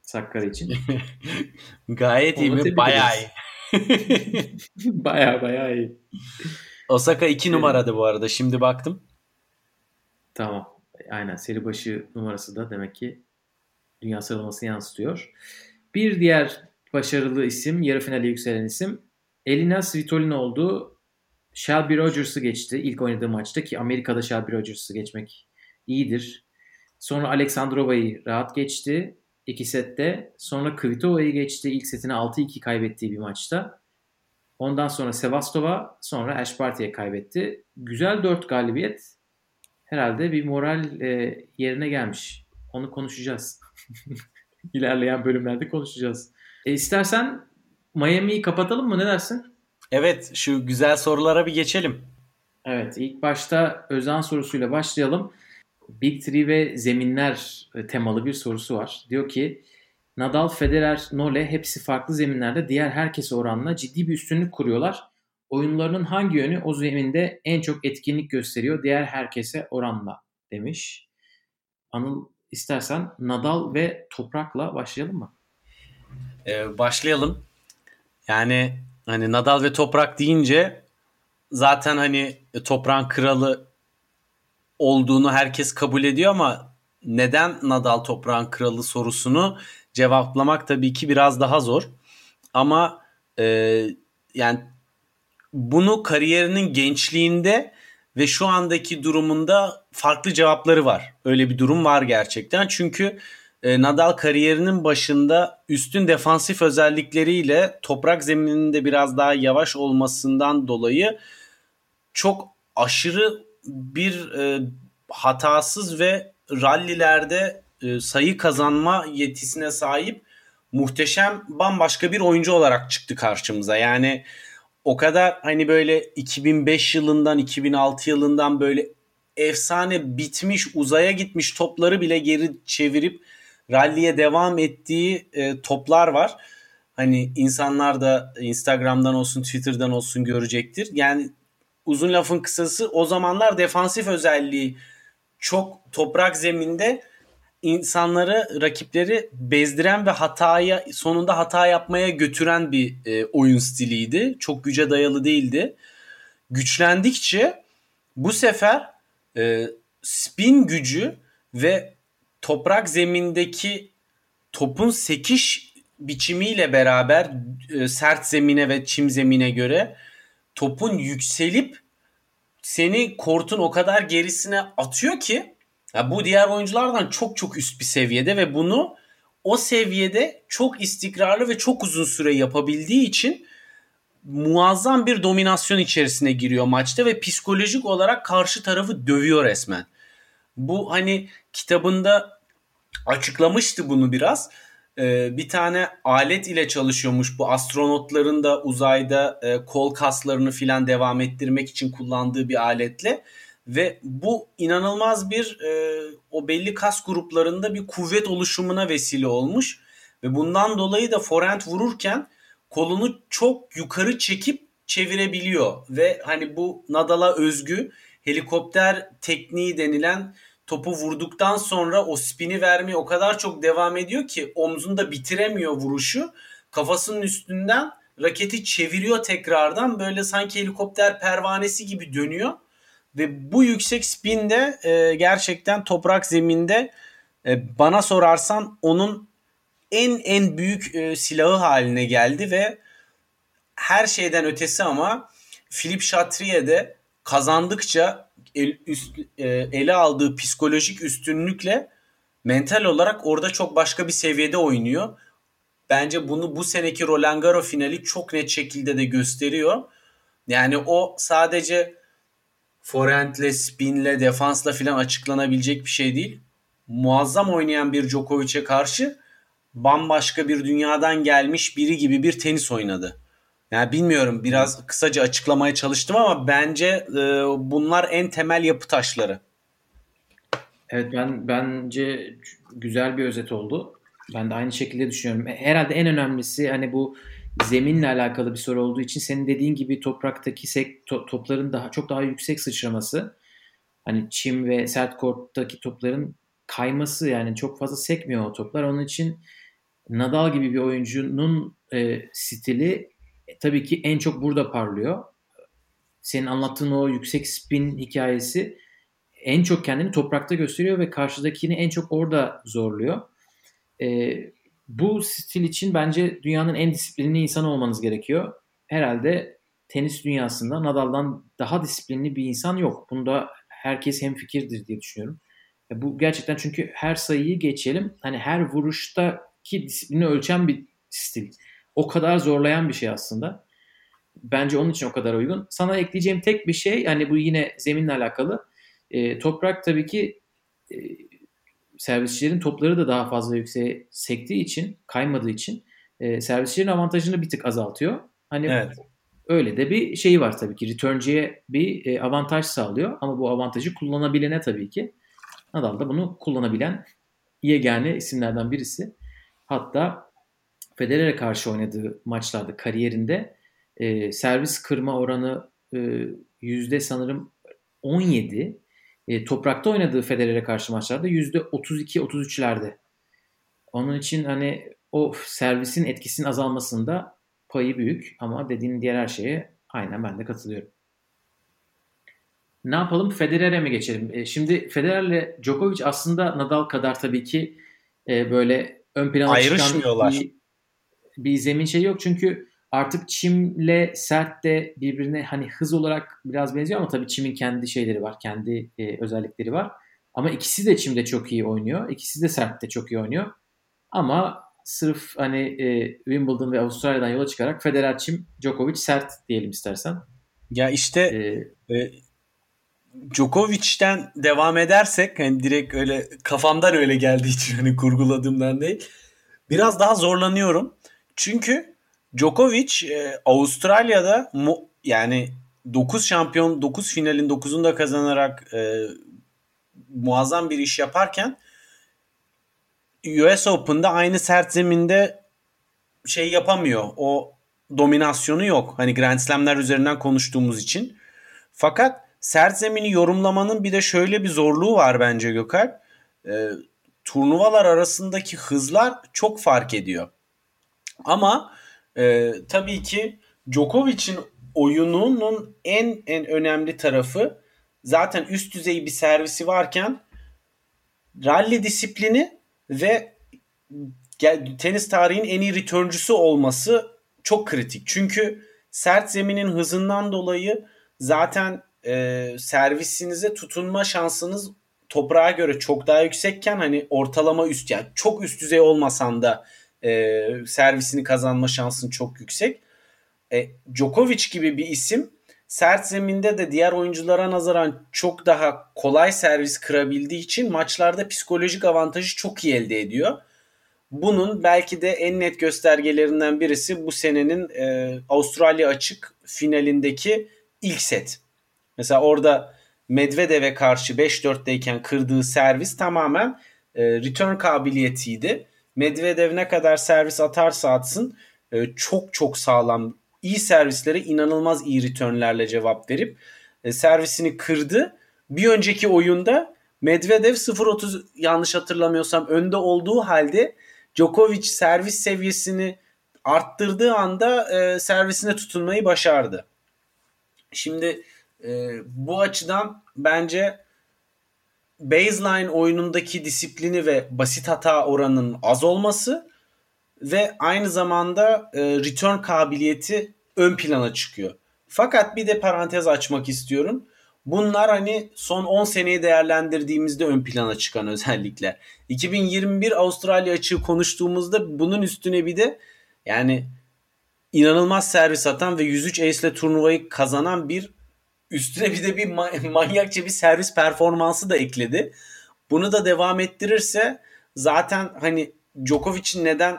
Sakkara için. Gayet iyi Onu mi? tebrik Bayağı ederiz. iyi. Bayağı iyi. Osaka 2 numaradı bu arada. Şimdi baktım. Tamam. Aynen, seri başı numarası da demek ki dünya sıralamasını yansıtıyor. Bir diğer başarılı isim, yarı finale yükselen isim Elina Svitolina oldu. Shelby Rogers'ı geçti ilk oynadığı maçta, ki Amerika'da Shelby Rogers'ı geçmek iyidir. Sonra Aleksandrova'yı rahat geçti 2 sette. Sonra Kvitova'yı geçti ilk setini 6-2 kaybettiği bir maçta. Ondan sonra Sevastova, sonra Ash Barty'ye kaybetti. Güzel 4 galibiyet. Herhalde bir moral yerine gelmiş. Onu konuşacağız. İlerleyen bölümlerde konuşacağız. İstersen Miami'yi kapatalım mı? Ne dersin? Evet, şu güzel sorulara bir geçelim. Evet, ilk başta Özan sorusuyla başlayalım. Big Three ve zeminler temalı bir sorusu var. Diyor ki Nadal, Federer, Nole hepsi farklı zeminlerde diğer herkese oranla ciddi bir üstünlük kuruyorlar. Oyunlarının hangi yönü o zeminde en çok etkinlik gösteriyor diğer herkese oranla demiş. Anıl, istersen Nadal ve toprakla başlayalım mı? Başlayalım. Yani hani Nadal ve toprak deyince zaten hani toprağın kralı olduğunu herkes kabul ediyor ama neden Nadal toprağın kralı sorusunu cevaplamak tabii ki biraz daha zor. Ama yani bunu kariyerinin gençliğinde ve şu andaki durumunda farklı cevapları var. Öyle bir durum var gerçekten. Çünkü Nadal kariyerinin başında üstün defansif özellikleriyle toprak zemininde biraz daha yavaş olmasından dolayı çok aşırı bir hatasız ve rallilerde sayı kazanma yetisine sahip muhteşem bambaşka bir oyuncu olarak çıktı karşımıza. Yani o kadar hani böyle 2005 yılından 2006 yılından böyle efsane bitmiş uzaya gitmiş topları bile geri çevirip ralliye devam ettiği toplar var. Hani insanlar da Instagram'dan olsun Twitter'dan olsun görecektir. Yani uzun lafın kısası o zamanlar defansif özelliği çok toprak zeminde insanları, rakipleri bezdiren ve sonunda hata yapmaya götüren bir oyun stiliydi. Çok güce dayalı değildi. Güçlendikçe bu sefer spin gücü ve toprak zemindeki topun sekiş biçimiyle beraber sert zemine ve çim zemine göre topun yükselip seni kortun o kadar gerisine atıyor ki ya bu diğer oyunculardan çok çok üst bir seviyede ve bunu o seviyede çok istikrarlı ve çok uzun süre yapabildiği için muazzam bir dominasyon içerisine giriyor maçta ve psikolojik olarak karşı tarafı dövüyor resmen. Bu hani kitabında açıklamıştı bunu biraz. Bir tane alet ile çalışıyormuş, bu astronotların da uzayda kol kaslarını filan devam ettirmek için kullandığı bir aletle ve bu inanılmaz bir o belli kas gruplarında bir kuvvet oluşumuna vesile olmuş ve bundan dolayı da forehand vururken kolunu çok yukarı çekip çevirebiliyor ve hani bu Nadal'a özgü helikopter tekniği denilen topu vurduktan sonra o spini vermeye o kadar çok devam ediyor ki omzunda bitiremiyor vuruşu. Kafasının üstünden raketi çeviriyor tekrardan, böyle sanki helikopter pervanesi gibi dönüyor. Ve bu yüksek spinde gerçekten toprak zeminde bana sorarsan onun en büyük silahı haline geldi ve her şeyden ötesi ama Philippe Chatrier kazandıkça ele aldığı psikolojik üstünlükle mental olarak orada çok başka bir seviyede oynuyor. Bence bunu bu seneki Roland Garros finali çok net şekilde de gösteriyor. Yani o sadece forehandle, spinle, defansla filan açıklanabilecek bir şey değil. Muazzam oynayan bir Djokovic'e karşı bambaşka bir dünyadan gelmiş biri gibi bir tenis oynadı. Yani bilmiyorum, biraz kısaca açıklamaya çalıştım ama bence bunlar en temel yapı taşları. Evet, bence güzel bir özet oldu. Ben de aynı şekilde düşünüyorum. Herhalde en önemlisi hani bu zeminle alakalı bir soru olduğu için senin dediğin gibi topraktaki topların çok daha yüksek sıçraması. Hani çim ve sert korttaki topların kayması, yani çok fazla sekmiyor o toplar. Onun için Nadal gibi bir oyuncunun stili tabii ki en çok burada parlıyor. Senin anlattığın o yüksek spin hikayesi en çok kendini toprakta gösteriyor ve karşıdakini en çok orada zorluyor. Bu stil için bence dünyanın en disiplinli insanı olmanız gerekiyor. Herhalde tenis dünyasında Nadal'dan daha disiplinli bir insan yok. Bunda herkes hemfikirdir diye düşünüyorum. Bu gerçekten çünkü her sayıyı geçelim. Hani her vuruştaki disiplini ölçen bir stil. O kadar zorlayan bir şey aslında. Bence onun için o kadar uygun. Sana ekleyeceğim tek bir şey, hani bu yine zeminle alakalı. Toprak tabii ki e, servisçilerin topları da daha fazla yükseğe sektiği için, kaymadığı için servisçilerin avantajını bir tık azaltıyor. Hani Evet. öyle de bir şeyi var tabii ki. Return'ciye bir avantaj sağlıyor ama bu avantajı kullanabilene tabii ki. Nadal da bunu kullanabilen yegane isimlerden birisi. Hatta Federer'e karşı oynadığı maçlarda kariyerinde servis kırma oranı yüzde sanırım 17. Toprakta oynadığı Federer'e karşı maçlarda %32-33'lerde. Onun için hani o servisin etkisinin azalmasında payı büyük ama dediğin diğer her şeye aynen ben de katılıyorum. Ne yapalım? Federer'e mi geçelim? Şimdi Federer'le Djokovic aslında Nadal kadar tabii ki böyle ön plana çıkan Ayrışmıyorlar. bir zemin şey yok. Çünkü artık çimle sert de birbirine hani hız olarak biraz benziyor ama tabii çimin kendi şeyleri var. Kendi özellikleri var. Ama ikisi de çimde çok iyi oynuyor. İkisi de sertte çok iyi oynuyor. Ama sırf hani Wimbledon ve Avustralya'dan yola çıkarak Federer çim, Djokovic sert diyelim istersen. Ya işte E, Djokovic'ten devam edersek hani direkt öyle kafamdan öyle geldiği için hani kurguladığımdan değil. Biraz daha zorlanıyorum. Çünkü Djokovic Avustralya'da yani 9 şampiyon 9 finalin 9'unu da kazanarak muazzam bir iş yaparken US Open'da aynı sert zeminde şey yapamıyor. O dominasyonu yok. Hani Grand Slam'ler üzerinden konuştuğumuz için. Fakat sert zemini yorumlamanın bir de şöyle bir zorluğu var bence Gökalp. Turnuvalar arasındaki hızlar çok fark ediyor. Ama tabii ki Djokovic'in oyununun en önemli tarafı zaten üst düzey bir servisi varken rally disiplini ve tenis tarihinin en iyi returncusu olması çok kritik. Çünkü sert zeminin hızından dolayı zaten servisinize tutunma şansınız toprağa göre çok daha yüksekken hani ortalama üst yani çok üst düzey olmasan da servisini kazanma şansın çok yüksek. Djokovic gibi bir isim sert zeminde de diğer oyunculara nazaran çok daha kolay servis kırabildiği için maçlarda psikolojik avantajı çok iyi elde ediyor. Bunun belki de en net göstergelerinden birisi bu senenin Avustralya Açık finalindeki ilk set. Mesela orada Medvedev'e karşı 5-4'teyken kırdığı servis tamamen return kabiliyetiydi. Medvedev ne kadar servis atarsa atsın çok çok sağlam, iyi servislere inanılmaz iyi returnlerle cevap verip servisini kırdı. Bir önceki oyunda Medvedev 0-30 yanlış hatırlamıyorsam önde olduğu halde Djokovic servis seviyesini arttırdığı anda servisine tutunmayı başardı. Şimdi bu açıdan bence baseline oyunundaki disiplini ve basit hata oranının az olması ve aynı zamanda return kabiliyeti ön plana çıkıyor. Fakat bir de parantez açmak istiyorum. Bunlar hani son 10 seneyi değerlendirdiğimizde ön plana çıkan özellikler. 2021 Avustralya Açığı konuştuğumuzda bunun üstüne bir de yani inanılmaz servis atan ve 103 ace ile turnuvayı kazanan bir üstüne bir de bir manyakça bir servis performansı da ekledi. Bunu da devam ettirirse zaten hani Djokovic'in neden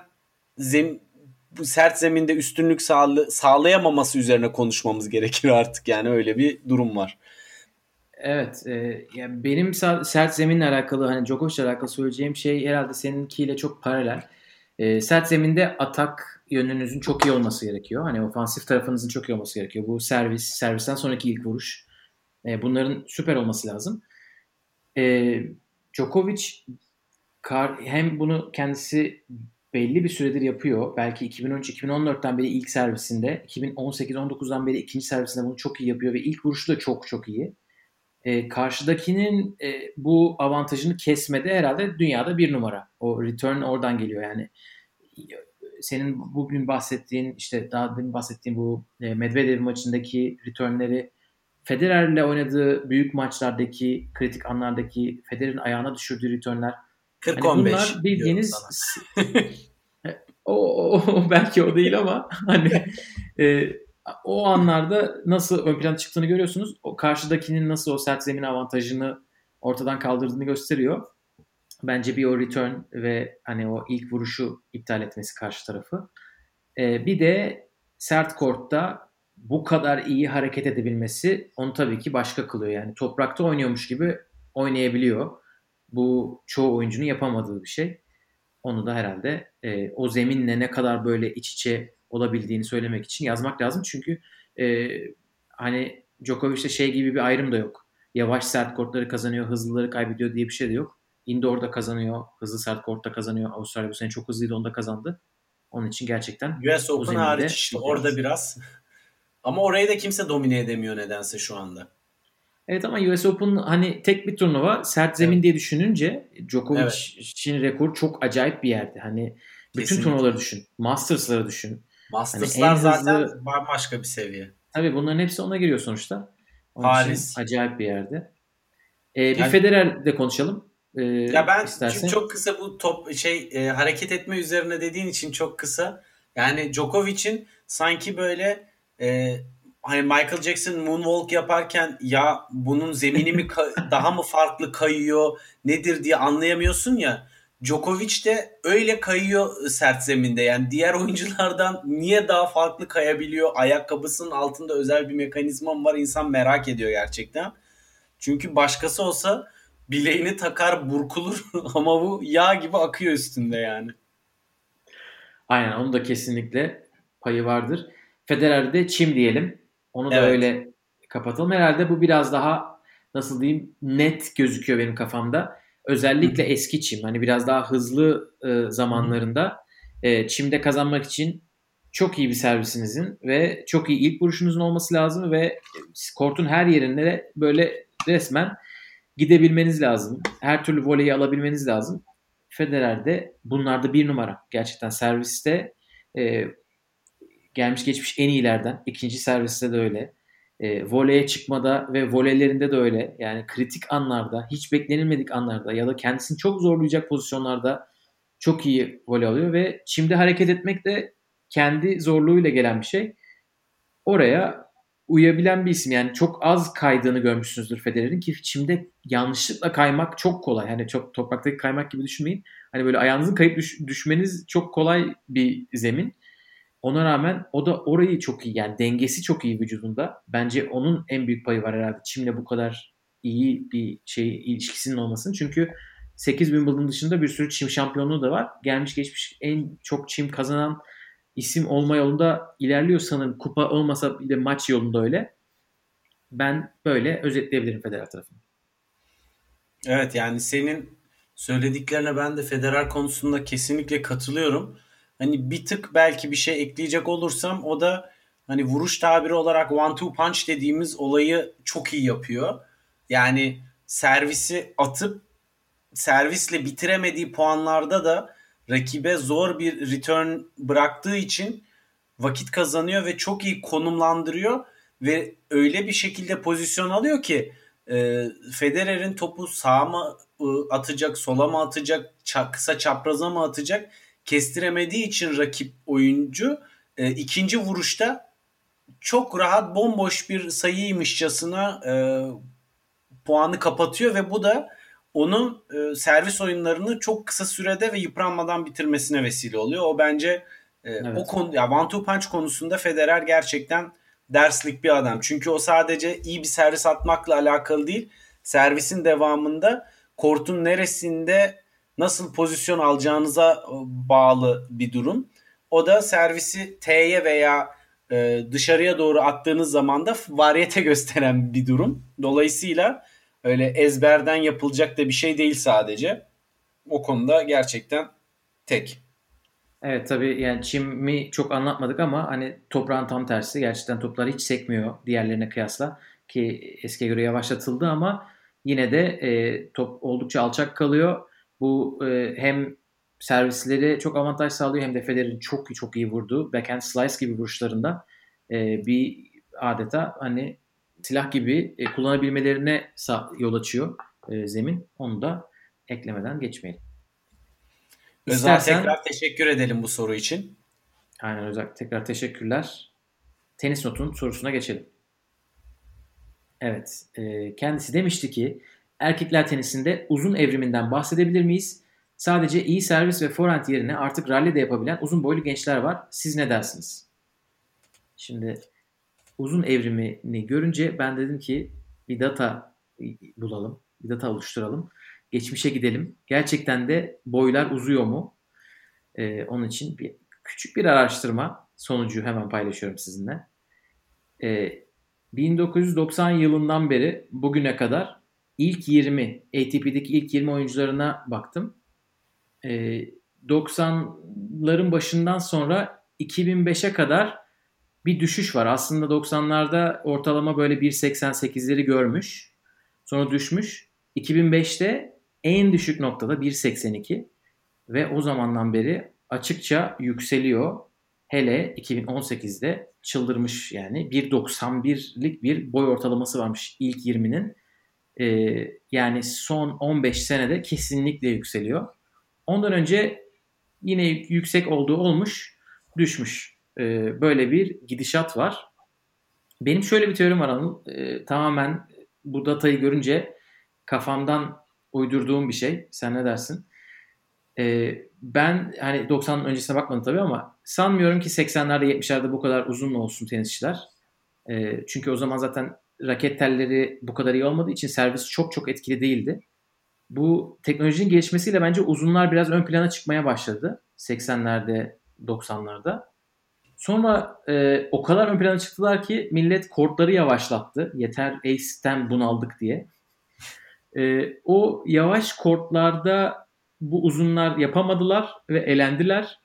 bu sert zeminde üstünlük sağlayamaması üzerine konuşmamız gerekir artık yani öyle bir durum var. Evet, yani benim sert zeminle alakalı hani Djokovic'le alakalı söyleyeceğim şey herhalde seninkiyle çok paralel. Sert zeminde atak yönünüzün çok iyi olması gerekiyor. Hani ofansif tarafınızın çok iyi olması gerekiyor. Bu servisten sonraki ilk vuruş. Bunların süper olması lazım. Djokovic hem bunu kendisi belli bir süredir yapıyor. Belki 2013-2014'ten beri ilk servisinde, 2018-19'dan beri ikinci servisinde bunu çok iyi yapıyor ve ilk vuruşu da çok çok iyi. Karşıdakinin bu avantajını kesmede herhalde dünyada bir numara. O return oradan geliyor yani. Senin bugün bahsettiğin, işte daha demin bahsettiğin bu Medvedev maçındaki returnleri, Federer'le oynadığı büyük maçlardaki, kritik anlardaki Federer'in ayağına düşürdüğü returnler, 40-15 bunlar bildiğiniz o belki o değil ama hani o anlarda nasıl ön plana çıktığını görüyorsunuz. O karşıdakinin nasıl o sert zemin avantajını ortadan kaldırdığını gösteriyor. Bence bir o return ve hani o ilk vuruşu iptal etmesi karşı tarafı. Bir de sert kortta bu kadar iyi hareket edebilmesi onu tabii ki başka kılıyor. Yani toprakta oynuyormuş gibi oynayabiliyor. Bu çoğu oyuncunun yapamadığı bir şey. Onu da herhalde o zeminle ne kadar böyle iç içe olabildiğini söylemek için yazmak lazım. Çünkü hani Djokovic'te şey gibi bir ayrım da yok. Yavaş sert kortları kazanıyor, hızlıları kaybediyor diye bir şey de yok. Indoor'da kazanıyor, hızlı sert kortta kazanıyor. Avustralya bu sene çok hızlıydı, onu da kazandı. Onun için gerçekten US Open hariç işte orada biraz. Ama orayı da kimse domine edemiyor nedense şu anda. Evet ama US Open hani tek bir turnuva, sert zemin diye düşününce Djokovic'in rekoru çok acayip bir yerde. Hani bütün turnuvaları düşün. Masters'ları düşün. Masters'lar hani zaten bambaşka bir seviye. Tabii bunların hepsi ona giriyor sonuçta. Onun Paris. Acayip bir yerde. Bir Federer'de konuşalım. Ya ben çok kısa bu hareket etme üzerine dediğin için çok kısa. Yani Djokovic'in sanki böyle hani Michael Jackson moonwalk yaparken ya bunun zemini mi daha mı farklı kayıyor nedir diye anlayamıyorsun ya. Djokovic de öyle kayıyor sert zeminde. Yani diğer oyunculardan niye daha farklı kayabiliyor? Ayakkabısının altında özel bir mekanizma var. İnsan merak ediyor gerçekten. Çünkü başkası olsa bileğini takar burkulur ama bu yağ gibi akıyor üstünde yani. Aynen, onun da kesinlikle payı vardır. Federer'de çim diyelim. Onu da öyle kapatalım. Herhalde bu biraz daha nasıl diyeyim net gözüküyor benim kafamda. Özellikle eski çim. Hani biraz daha hızlı zamanlarında çimde kazanmak için çok iyi bir servisinizin ve çok iyi ilk vuruşunuzun olması lazım ve kortun her yerinde böyle resmen gidebilmeniz lazım. Her türlü voleyi alabilmeniz lazım. Federer'de bunlarda bir numara. Gerçekten serviste gelmiş geçmiş en iyilerden. İkinci serviste de öyle. Voleye çıkmada ve voleylerinde de öyle. Yani kritik anlarda, hiç beklenilmedik anlarda ya da kendisini çok zorlayacak pozisyonlarda çok iyi voley alıyor ve çimde hareket etmek de kendi zorluğuyla gelen bir şey. Oraya uyabilen bir isim. Yani çok az kaydığını görmüşsünüzdür Federer'in ki çimde yanlışlıkla kaymak çok kolay. Hani çok topraktaki kaymak gibi düşünmeyin. Hani böyle ayağınızın kayıp düşmeniz çok kolay bir zemin. Ona rağmen o da orayı çok iyi, yani dengesi çok iyi vücudunda. Bence onun en büyük payı var herhalde çimle bu kadar iyi bir ilişkisinin olmasının. Çünkü 8 Wimbledon dışında bir sürü çim şampiyonluğu da var. Gelmiş geçmiş en çok çim kazanan isim olma yolunda ilerliyor sanırım. Kupa olmasa bile maç yolunda öyle. Ben böyle özetleyebilirim Federer tarafını. Evet, yani senin söylediklerine ben de Federer konusunda kesinlikle katılıyorum. Hani bir tık belki bir şey ekleyecek olursam o da hani vuruş tabiri olarak one two punch dediğimiz olayı çok iyi yapıyor. Yani servisi atıp servisle bitiremediği puanlarda da rakibe zor bir return bıraktığı için vakit kazanıyor ve çok iyi konumlandırıyor ve öyle bir şekilde pozisyon alıyor ki Federer'in topu sağa mı atacak, sola mı atacak, kısa çapraza mı atacak kestiremediği için rakip oyuncu ikinci vuruşta çok rahat bomboş bir sayıymışçasına puanı kapatıyor ve bu da onun servis oyunlarını çok kısa sürede ve yıpranmadan bitirmesine vesile oluyor. O bence o konu, ya one two punch konusunda Federer gerçekten derslik bir adam. Çünkü o sadece iyi bir servis atmakla alakalı değil. Servisin devamında kortun neresinde nasıl pozisyon alacağınıza bağlı bir durum. O da servisi T'ye veya dışarıya doğru attığınız zaman da varyete gösteren bir durum. Dolayısıyla öyle ezberden yapılacak da bir şey değil sadece. O konuda gerçekten tek. Evet tabii yani çimi çok anlatmadık ama hani toprağın tam tersi. Gerçekten toplar hiç sekmiyor diğerlerine kıyasla ki eskiye göre yavaşlatıldı ama yine de top oldukça alçak kalıyor. Bu hem servisleri çok avantaj sağlıyor hem de Federer'in çok çok iyi vurduğu backhand slice gibi vuruşlarında bir adeta hani silah gibi kullanabilmelerine yol açıyor zemin. Onu da eklemeden geçmeyelim. Özal İstersen tekrar teşekkür edelim bu soru için. aynen özellikle tekrar teşekkürler. Tenis Not'un sorusuna geçelim. Evet, kendisi demişti ki erkekler tenisinde uzun evriminden bahsedebilir miyiz? Sadece iyi servis ve forehand yerine artık rally de yapabilen uzun boylu gençler var. Siz ne dersiniz? Şimdi uzun evrimini görünce ben dedim ki bir data bulalım, bir data oluşturalım. Geçmişe gidelim. Gerçekten de boylar uzuyor mu? Onun için küçük bir araştırma sonucu hemen paylaşıyorum sizinle. 1990 yılından beri bugüne kadar ilk 20 ATP'deki ilk 20 oyuncularına baktım. 90'ların başından sonra 2005'e kadar bir düşüş var. Aslında 90'larda ortalama böyle 1.88'leri görmüş. Sonra düşmüş. 2005'te en düşük noktada 1.82 ve o zamandan beri açıkça yükseliyor. Hele 2018'de çıldırmış yani 1.91'lik bir boy ortalaması varmış ilk 20'nin. Yani son 15 senede kesinlikle yükseliyor. Ondan önce yine yüksek olduğu olmuş, düşmüş. Böyle bir gidişat var. Benim şöyle bir teorim var Anıl. Tamamen bu datayı görünce kafamdan uydurduğum bir şey. Sen ne dersin? Ben hani 90'ın öncesine bakmadım tabii ama sanmıyorum ki 80'lerde 70'lerde bu kadar uzun olsun tenisçiler. Çünkü o zaman zaten raket telleri bu kadar iyi olmadığı için servis çok çok etkili değildi. Bu teknolojinin gelişmesiyle bence uzunlar biraz ön plana çıkmaya başladı 80'lerde 90'larda. Sonra o kadar ön plana çıktılar ki millet kortları yavaşlattı. Yeter Ace'ten bunaldık diye. O yavaş kortlarda bu uzunlar yapamadılar ve elendiler.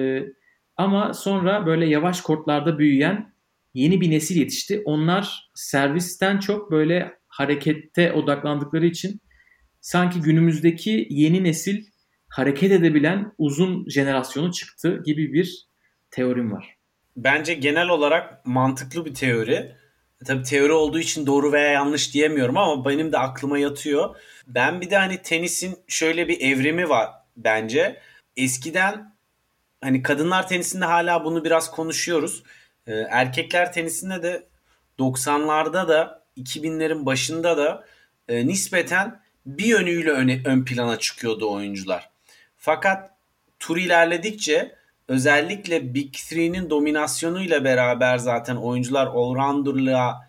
Ama sonra böyle yavaş kortlarda büyüyen yeni bir nesil yetişti. Onlar servisten çok böyle harekette odaklandıkları için sanki günümüzdeki yeni nesil hareket edebilen uzun jenerasyonu çıktı gibi bir teorim var. Bence genel olarak mantıklı bir teori. Tabii teori olduğu için doğru veya yanlış diyemiyorum ama benim de aklıma yatıyor. Ben bir de hani tenisin şöyle bir evrimi var bence. Eskiden hani kadınlar tenisinde hala bunu biraz konuşuyoruz. Erkekler tenisinde de 90'larda da 2000'lerin başında da nispeten bir yönüyle ön plana çıkıyordu oyuncular. Fakat tur ilerledikçe özellikle Big Three'nin dominasyonuyla beraber zaten oyuncular allrounder'lığa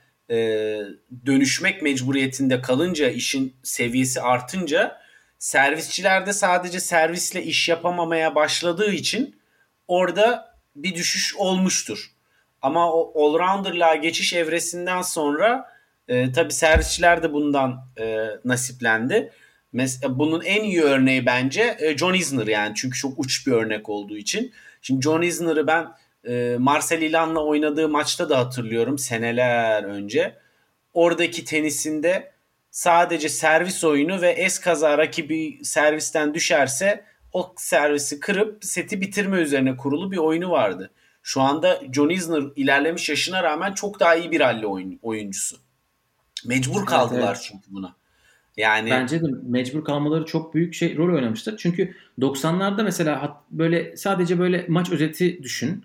dönüşmek mecburiyetinde kalınca, işin seviyesi artınca servisçiler de sadece servisle iş yapamamaya başladığı için orada bir düşüş olmuştur. Ama o allrounder'lığa geçiş evresinden sonra tabii servisçiler de bundan nasiplendi. Bunun en iyi örneği bence John Isner yani çünkü çok uç bir örnek olduğu için. Şimdi John Isner'ı ben Marcel Ilan'la oynadığı maçta da hatırlıyorum seneler önce. Oradaki tenisinde sadece servis oyunu ve eskaza rakibi servisten düşerse o servisi kırıp seti bitirme üzerine kurulu bir oyunu vardı. Şu anda John Isner ilerlemiş yaşına rağmen çok daha iyi bir rally oyuncusu. Mecbur kaldılar evet. çünkü buna. Yani bence de mecbur kalmaları çok büyük rol oynamıştır. Çünkü 90'larda mesela böyle sadece böyle maç özeti düşün.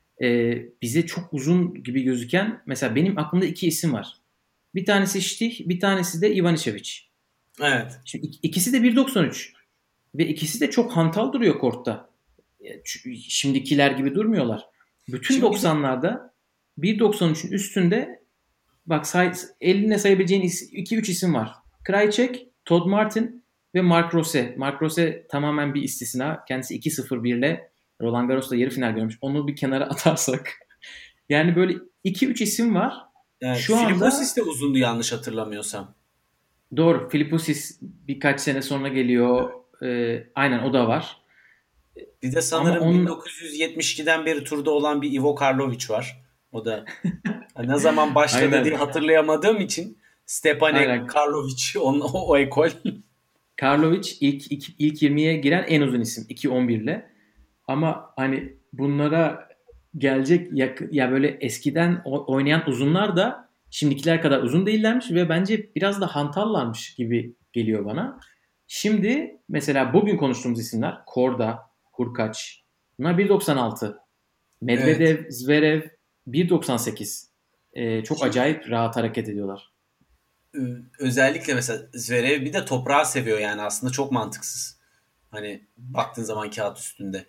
Bize çok uzun gibi gözüken mesela benim aklımda iki isim var. Bir tanesi Stich, bir tanesi de Ivanisevic. evet. Şimdi ikisi de 1.93 ve ikisi de çok hantal duruyor kortta. Şimdikiler gibi durmuyorlar. Bütün Şimdi 90'larda 1.93'ün üstünde bak eline sayabileceğin 2-3 isim var. Krajicek, Todd Martin ve Marc Rose. Marc Rose tamamen bir istisna. Kendisi 2-0-1 ile Roland Garros'ta yarı final görmüş. Onu bir kenara atarsak. Yani böyle 2-3 isim var. evet, Şu Filiposis anda de uzundu yanlış hatırlamıyorsam. doğru. Filiposis birkaç sene sonra geliyor. Aynen o da var. Bir de sanırım Ama 1972'den beri turda olan bir Ivo Karlovic var. O da ne zaman başladı Aynen. diye hatırlayamadığım için Stepanek Aynen. Karlovic o ekol. Karlovic ilk 20'ye giren en uzun isim 2.11 ile. Ama hani bunlara gelecek ya böyle eskiden oynayan uzunlar da şimdikiler kadar uzun değillermiş ve bence biraz da hantallarmış gibi geliyor bana. Şimdi mesela bugün konuştuğumuz isimler Korda, Hurkaç, bunlar 1.96. Medvedev, Zverev 1.98. Çok acayip rahat hareket ediyorlar. Özellikle mesela Zverev bir de toprağı seviyor yani aslında çok mantıksız. Hani baktığın zaman kağıt üstünde.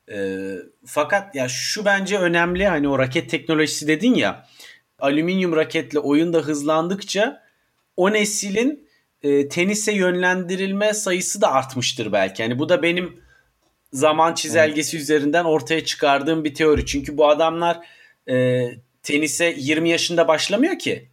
Fakat ya şu bence önemli, hani o raket teknolojisi dedin ya, alüminyum raketle oyunda hızlandıkça o neslin tenise yönlendirilme sayısı da artmıştır belki. Yani bu da benim zaman çizelgesi üzerinden ortaya çıkardığım bir teori. Çünkü bu adamlar tenise 20 yaşında başlamıyor ki.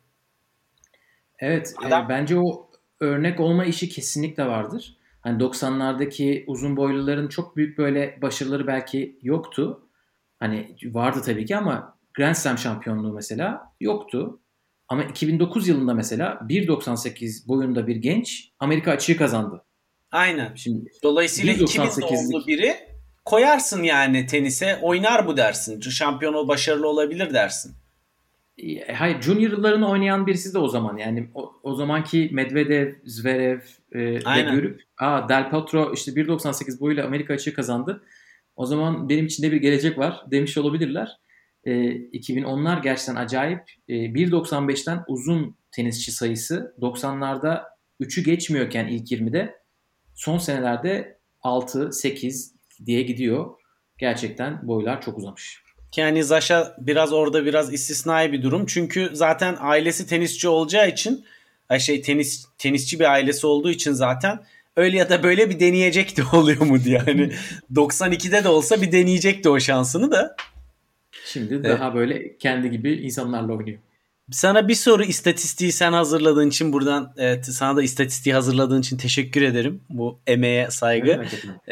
Evet, Adam... bence o örnek olma işi kesinlikle vardır. Hani 90'lardaki uzun boyluların çok büyük böyle başarıları belki yoktu. Hani vardı tabii ki ama Grand Slam şampiyonluğu mesela yoktu. Ama 2009 yılında mesela 1.98 boyunda bir genç Amerika açığı kazandı. Aynen. Şimdi dolayısıyla 2000 doğumlu biri koyarsın yani tenise, oynar bu dersin. Şampiyon başarılı olabilir dersin. Hayır, junior yıllarını oynayan birisi de o zaman. Yani o zamanki Medvedev, Zverev de görüp Del Potro işte 1.98 boyuyla Amerika açığı kazandı. O zaman benim içinde bir gelecek var demiş olabilirler. 2010'lar gerçekten acayip. 1.95'ten uzun tenisçi sayısı 90'larda 3'ü geçmiyorken ilk 20'de son senelerde 6, 8 diye gidiyor. Gerçekten boylar çok uzamış. Yani Zaşa orada biraz istisnai bir durum. Çünkü zaten ailesi tenisçi olacağı için, tenisçi bir ailesi olduğu için zaten öyle ya da böyle bir deneyecekti, oluyor mu diye. Yani 92'de de olsa bir deneyecekti o şansını da. Şimdi daha böyle kendi gibi insanlarla oynuyor. Sana bir soru, istatistiği sen hazırladığın için buradan sana da istatistiği hazırladığın için teşekkür ederim. Bu emeğe saygı.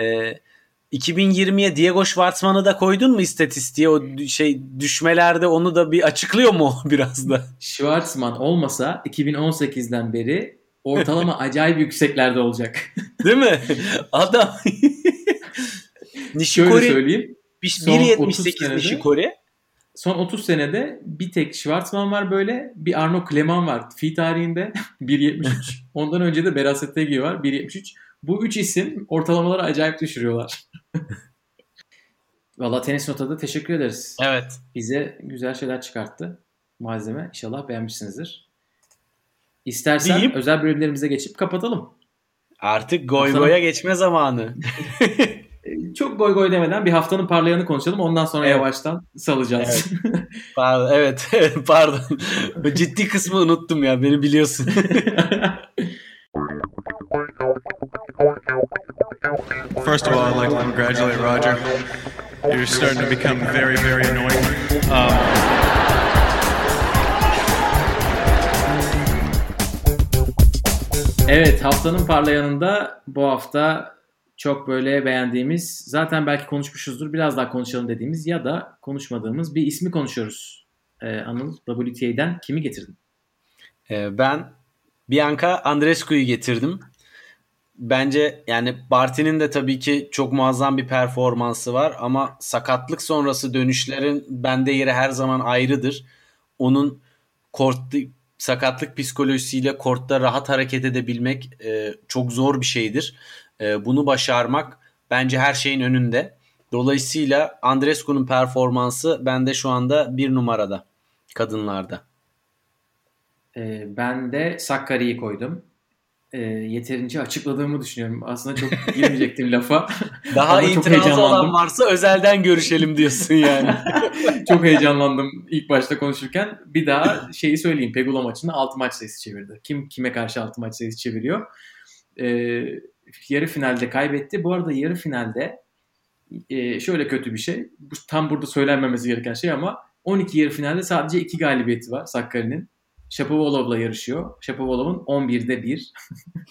2020'ye Diego Schwartzman'ı da koydun mu istatistiğe? O düşmelerde onu da bir açıklıyor mu biraz da? Schwartzman olmasa 2018'den beri ortalama acayip yükseklerde olacak. Değil mi? Adam Nishikori söyleyeyim. 1.78 Nishikori. Son 30 senede bir tek Schwartzman var böyle. Bir Arnaud Clément var. FI tarihinde 1.73. Ondan önce de Berat Setegi var 1.73. Bu üç isim ortalamaları acayip düşürüyorlar. Valla Tenis Nota'da teşekkür ederiz. Evet. Bize güzel şeyler çıkarttı. Malzeme. İnşallah beğenmişsinizdir. İstersen özel bölümlerimize geçip kapatalım. Artık goy goya geçme zamanı. Çok goy goy demeden bir haftanın parlayanı konuşalım. Ondan sonra yavaştan salacağız. Evet. Pardon. Ciddi kısmı unuttum ya. Beni biliyorsun. First of all, I'd like to congratulate Roger. You're starting to become very, very annoying. Evet, haftanın parlayanında bu hafta çok böyle beğendiğimiz, zaten belki konuşmuşuzdur, biraz daha konuşalım dediğimiz ya da konuşmadığımız bir ismi konuşuyoruz. Anıl, WTA'den kimi getirdin? Ben Bianca Andreescu'yu getirdim. Bence yani Barty'nin de tabii ki çok muazzam bir performansı var ama sakatlık sonrası dönüşlerin bende yeri her zaman ayrıdır. Onun sakatlık psikolojisiyle kortta rahat hareket edebilmek çok zor bir şeydir. Bunu başarmak bence her şeyin önünde. Dolayısıyla Andreescu'nun performansı bende şu anda 1 numarada kadınlarda. Ben de Sakkari'yi koydum. Yeterince açıkladığımı düşünüyorum. Aslında çok girmeyecektim lafa. Daha itirazı olan varsa özelden görüşelim diyorsun yani. Çok heyecanlandım ilk başta konuşurken. Bir daha şeyi söyleyeyim. Pegula maçında 6 maç sayısı çevirdi. Kim kime karşı 6 maç sayısı çeviriyor? Yarı finalde kaybetti. Bu arada yarı finalde şöyle kötü bir şey. Tam burada söylenmemesi gereken şey ama 12 yarı finalde sadece 2 galibiyeti var Sakkari'nin. Shapovalov'la yarışıyor. Shapovalov'un 11'de 1.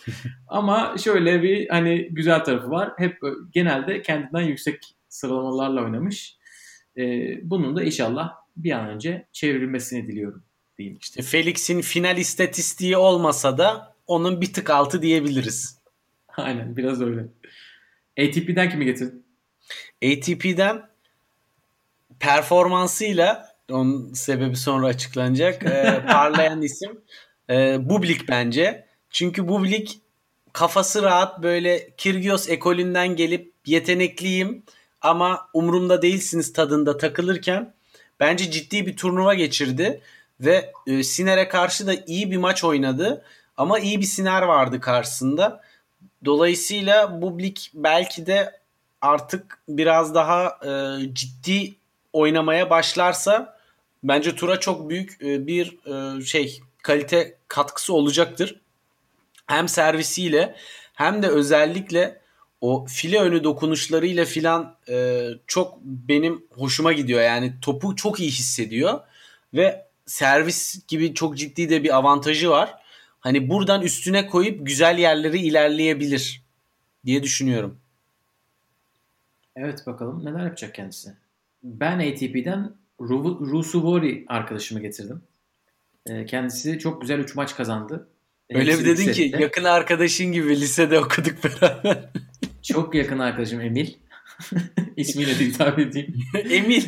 Ama şöyle bir hani güzel tarafı var. Hep genelde kendinden yüksek sıralamalarla oynamış. Bunun da inşallah bir an önce çevrilmesini diliyorum diyeyim. İşte Felix'in final istatistiği olmasa da onun bir tık altı diyebiliriz. Aynen biraz öyle. ATP'den kimi getirdin? ATP'den performansıyla, onun sebebi sonra açıklanacak, parlayan isim Bublik bence. Çünkü Bublik kafası rahat, böyle Kyrgios ekolünden gelip yetenekliyim ama umurumda değilsiniz tadında takılırken bence ciddi bir turnuva geçirdi ve Sinner'e karşı da iyi bir maç oynadı ama iyi bir Sinner vardı karşısında. Dolayısıyla Bublik belki de artık biraz daha ciddi oynamaya başlarsa bence tura çok büyük bir kalite katkısı olacaktır. Hem servisiyle hem de özellikle o file önü dokunuşlarıyla filan çok benim hoşuma gidiyor. Yani topu çok iyi hissediyor ve servis gibi çok ciddi de bir avantajı var. Hani buradan üstüne koyup güzel yerleri ilerleyebilir diye düşünüyorum. Evet, bakalım neler yapacak kendisi. Ben ATP'den Rusuvori arkadaşımı getirdim. Kendisi çok güzel 3 maç kazandı. Öyle Hepsi bir üç dedin ki sette. yakın arkadaşın gibi, lisede okuduk beraber. Çok yakın arkadaşım Emil. İsmiyle de hitap edeyim. Emil.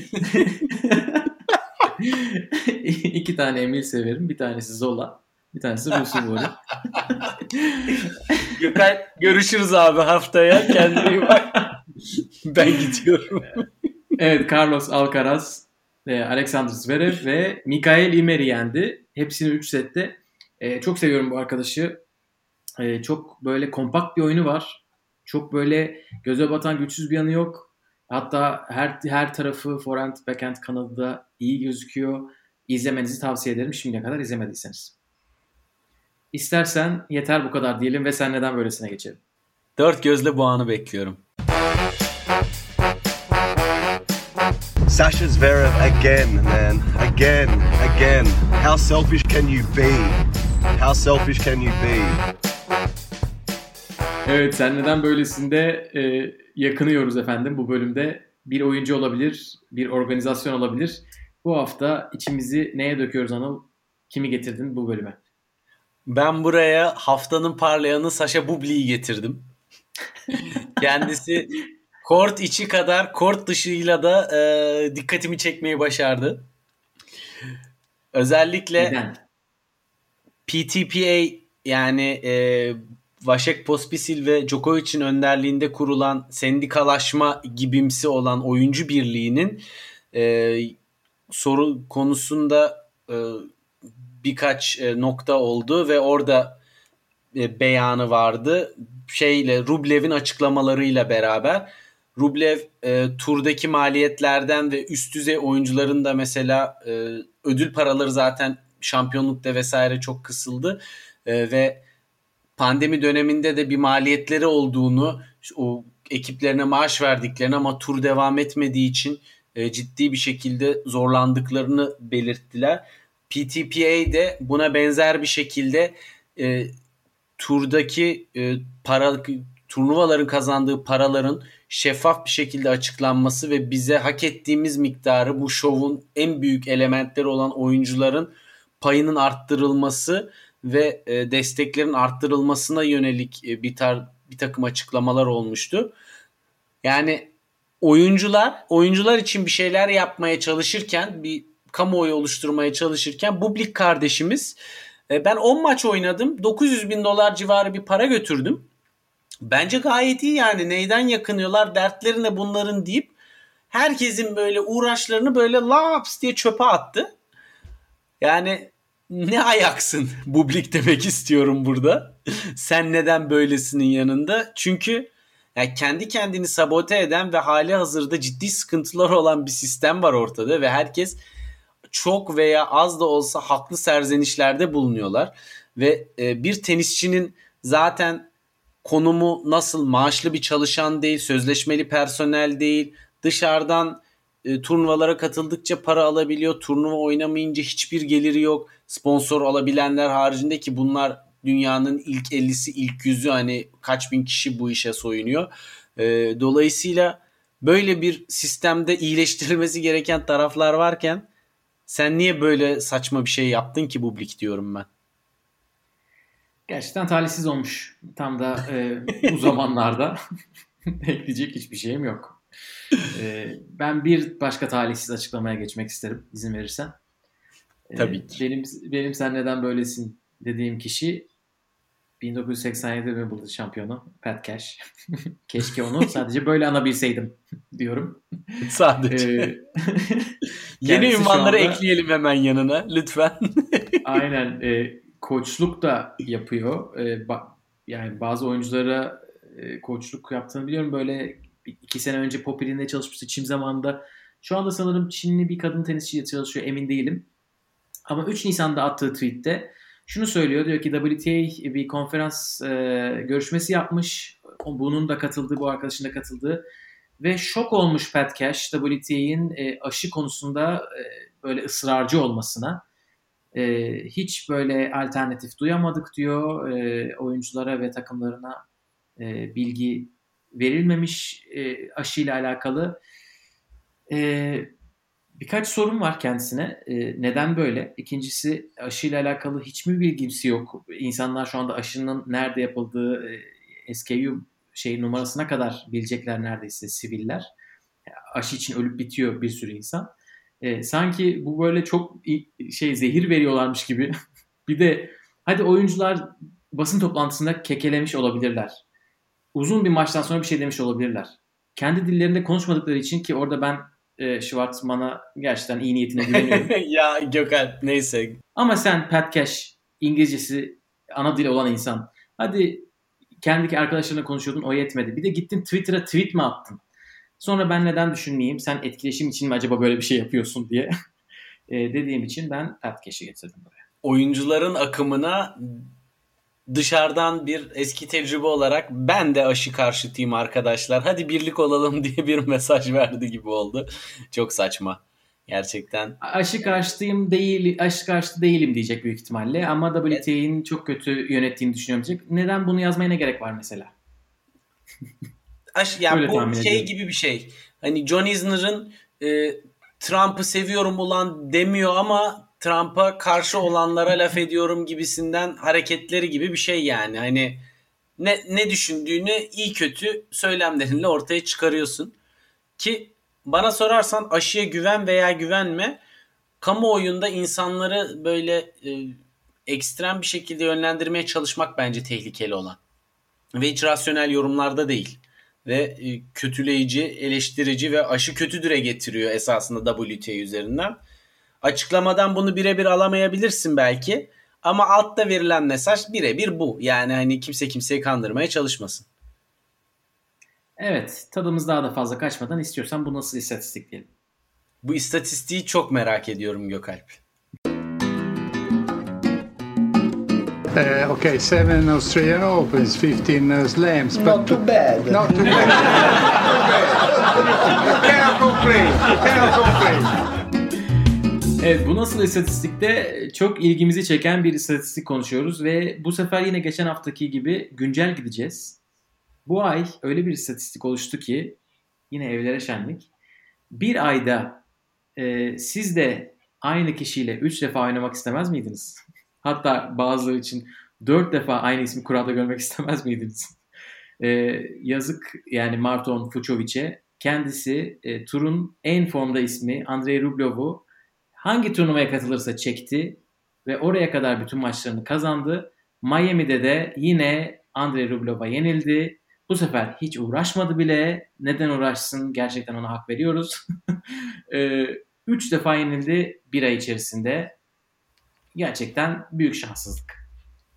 2 tane Emil severim. Bir tanesi Zola. Bir tanesi Rusuvori. Gökhan, görüşürüz abi haftaya. Kendine iyi bak. Ben gidiyorum. Evet, Carlos Alcaraz, Alexander Zverev ve Mikael Ymer'i yendi. Hepsini 3 sette. Çok seviyorum bu arkadaşı. Çok böyle kompakt bir oyunu var. Çok böyle göze batan güçsüz bir yanı yok. Hatta her tarafı forehand, backhand kanadı da iyi gözüküyor. İzlemenizi tavsiye ederim şimdiye kadar izlemediyseniz. İstersen yeter bu kadar diyelim ve sen neden böylesine geçelim. Dört gözle bu anı bekliyorum. Sasha Zverev again, man. Again. How selfish can you be? How selfish can you be? Evet, sen neden böylesinde yakınıyoruz efendim bu bölümde. Bir oyuncu olabilir, bir organizasyon olabilir. Bu hafta içimizi neye döküyoruz Anıl? Kimi getirdin bu bölüme? Ben buraya haftanın parlayanı Sasha Bublik'i getirdim. Kendisi kort içi kadar kort dışıyla da dikkatimi çekmeyi başardı. Özellikle Neden? PTPA, yani Vasek Pospisil ve Djokovic'in önderliğinde kurulan sendikalaşma gibimsi olan oyuncu birliğinin soru konusunda birkaç nokta oldu ve orada beyanı vardı. Rublev'in açıklamalarıyla beraber. Rublev turdaki maliyetlerden ve üst düzey oyuncuların da mesela ödül paraları zaten şampiyonlukta vesaire çok kısıldı ve pandemi döneminde de bir maliyetleri olduğunu, o ekiplerine maaş verdiklerini ama tur devam etmediği için ciddi bir şekilde zorlandıklarını belirttiler. PTPA de buna benzer bir şekilde turdaki turnuvaların kazandığı paraların şeffaf bir şekilde açıklanması ve bize hak ettiğimiz miktarı, bu şovun en büyük elementleri olan oyuncuların payının arttırılması ve desteklerin arttırılmasına yönelik bir takım açıklamalar olmuştu. Yani oyuncular için bir şeyler yapmaya çalışırken, bir kamuoyu oluşturmaya çalışırken Bublik kardeşimiz, ben 10 maç oynadım, $900,000 civarı bir para götürdüm. Bence gayet iyi, yani neyden yakınıyorlar, dertleri ne bunların deyip herkesin böyle uğraşlarını böyle laps diye çöpe attı. Yani ne ayaksın Bublik demek istiyorum burada. Sen neden böylesinin yanında? Çünkü yani kendi kendini sabote eden ve hali hazırda ciddi sıkıntılar olan bir sistem var ortada ve herkes çok veya az da olsa haklı serzenişlerde bulunuyorlar. Ve bir tenisçinin zaten konumu nasıl, maaşlı bir çalışan değil, sözleşmeli personel değil, dışarıdan turnuvalara katıldıkça para alabiliyor, turnuva oynamayınca hiçbir geliri yok, sponsor alabilenler haricinde, ki bunlar dünyanın ilk 50'si, ilk 100'ü, hani kaç bin kişi bu işe soyunuyor. Dolayısıyla böyle bir sistemde iyileştirilmesi gereken taraflar varken sen niye böyle saçma bir şey yaptın ki Bublik diyorum ben. Gerçekten talihsiz olmuş. Tam da bu zamanlarda ekleyecek hiçbir şeyim yok. Ben bir başka talihsiz açıklamaya geçmek isterim izin verirsen. Tabii ki. Benim sen neden böylesin dediğim kişi 1987 Wimbledon şampiyonu Pat Cash. Keşke onu sadece böyle anabilseydim diyorum. Sadece. Yeni ünvanları ekleyelim hemen yanına lütfen. Aynen. Koçluk da yapıyor. Yani bazı oyunculara koçluk yaptığını biliyorum. Böyle 2 sene önce Poppelin'de çalışmıştı Çin zamanında. Şu anda sanırım Çinli bir kadın tenisçiyle çalışıyor, emin değilim. Ama 3 Nisan'da attığı tweette şunu söylüyor. Diyor ki WTA bir konferans görüşmesi yapmış. Bunun da katıldığı, bu arkadaşın da katıldığı. Ve şok olmuş Pat Cash WTA'nin aşı konusunda böyle ısrarcı olmasına. Hiç böyle alternatif duyamadık diyor. Oyunculara ve takımlarına bilgi verilmemiş aşıyla alakalı. Birkaç sorun var kendisine. Neden böyle? İkincisi, aşıyla alakalı hiç mi bilgisi yok? İnsanlar şu anda aşının nerede yapıldığı SKU numarasına kadar bilecekler neredeyse siviller. Aşı için ölüp bitiyor bir sürü insan. Sanki bu böyle çok zehir veriyorlarmış gibi. Bir de hadi oyuncular basın toplantısında kekelemiş olabilirler. Uzun bir maçtan sonra bir şey demiş olabilirler. Kendi dillerinde konuşmadıkları için, ki orada ben Schwartzman'a gerçekten iyi niyetine güveniyorum. Ya Gökhan neyse. Ama sen Pat Cash, İngilizcesi ana dili olan insan. Hadi kendi arkadaşlarına konuşuyordun, o yetmedi. Bir de gittin Twitter'a tweet mi attın? Sonra ben neden düşünmeyeyim? Sen etkileşim için mi acaba böyle bir şey yapıyorsun diye dediğim için ben Pat Cash'i getirdim buraya. Oyuncuların akımına dışarıdan bir eski tecrübe olarak ben de aşı karşıtıyım arkadaşlar, hadi birlik olalım diye bir mesaj verdi gibi oldu. Çok saçma. Gerçekten. Aşı karşıtı değilim diyecek büyük ihtimalle ama WTA'nin çok kötü yönettiğini düşünüyorum diyecek. Neden bunu yazmaya ne gerek var mesela? Yani bu şey gibi bir şey. Hani John Isner'ın Trump'ı seviyorum ulan demiyor ama Trump'a karşı olanlara laf ediyorum gibisinden hareketleri gibi bir şey yani. Hani ne düşündüğünü iyi kötü söylemlerinle ortaya çıkarıyorsun. Ki bana sorarsan aşıya güven veya güvenme, kamuoyunda insanları böyle ekstrem bir şekilde yönlendirmeye çalışmak bence tehlikeli olan. Ve hiç rasyonel yorumlarda değil. Ve kötüleyici, eleştirici ve aşı kötüdüre getiriyor esasında WTA üzerinden. Açıklamadan bunu birebir alamayabilirsin belki. Ama altta verilen mesaj birebir bu. Yani hani kimse kimseyi kandırmaya çalışmasın. Evet, tadımız daha da fazla kaçmadan istiyorsan bu nasıl istatistik diyelim. Bu istatistiği çok merak ediyorum Gökalp. Okay, 7 Australian Opens, 15 Slams. Not too bad. Not too bad. Cannot complain. Evet, bu nasıl istatistikte çok ilgimizi çeken bir istatistik konuşuyoruz ve bu sefer yine geçen haftaki gibi güncel gideceğiz. Bu ay öyle bir istatistik oluştu ki yine evlere şenlik. Bir ayda siz de aynı kişiyle 3 defa oynamak istemez miydiniz? Hatta bazıları için 4 defa aynı ismi kurada görmek istemez miydiniz? Yazık yani Marton Fucovic'e. Kendisi turun en formda ismi Andrei Rublev'u hangi turnuvaya katılırsa çekti ve oraya kadar bütün maçlarını kazandı. Miami'de de yine Andrei Rublev'a yenildi. Bu sefer hiç uğraşmadı bile. Neden uğraşsın? Gerçekten ona hak veriyoruz. 3 defa yenildi bir ay içerisinde. Gerçekten büyük şanssızlık.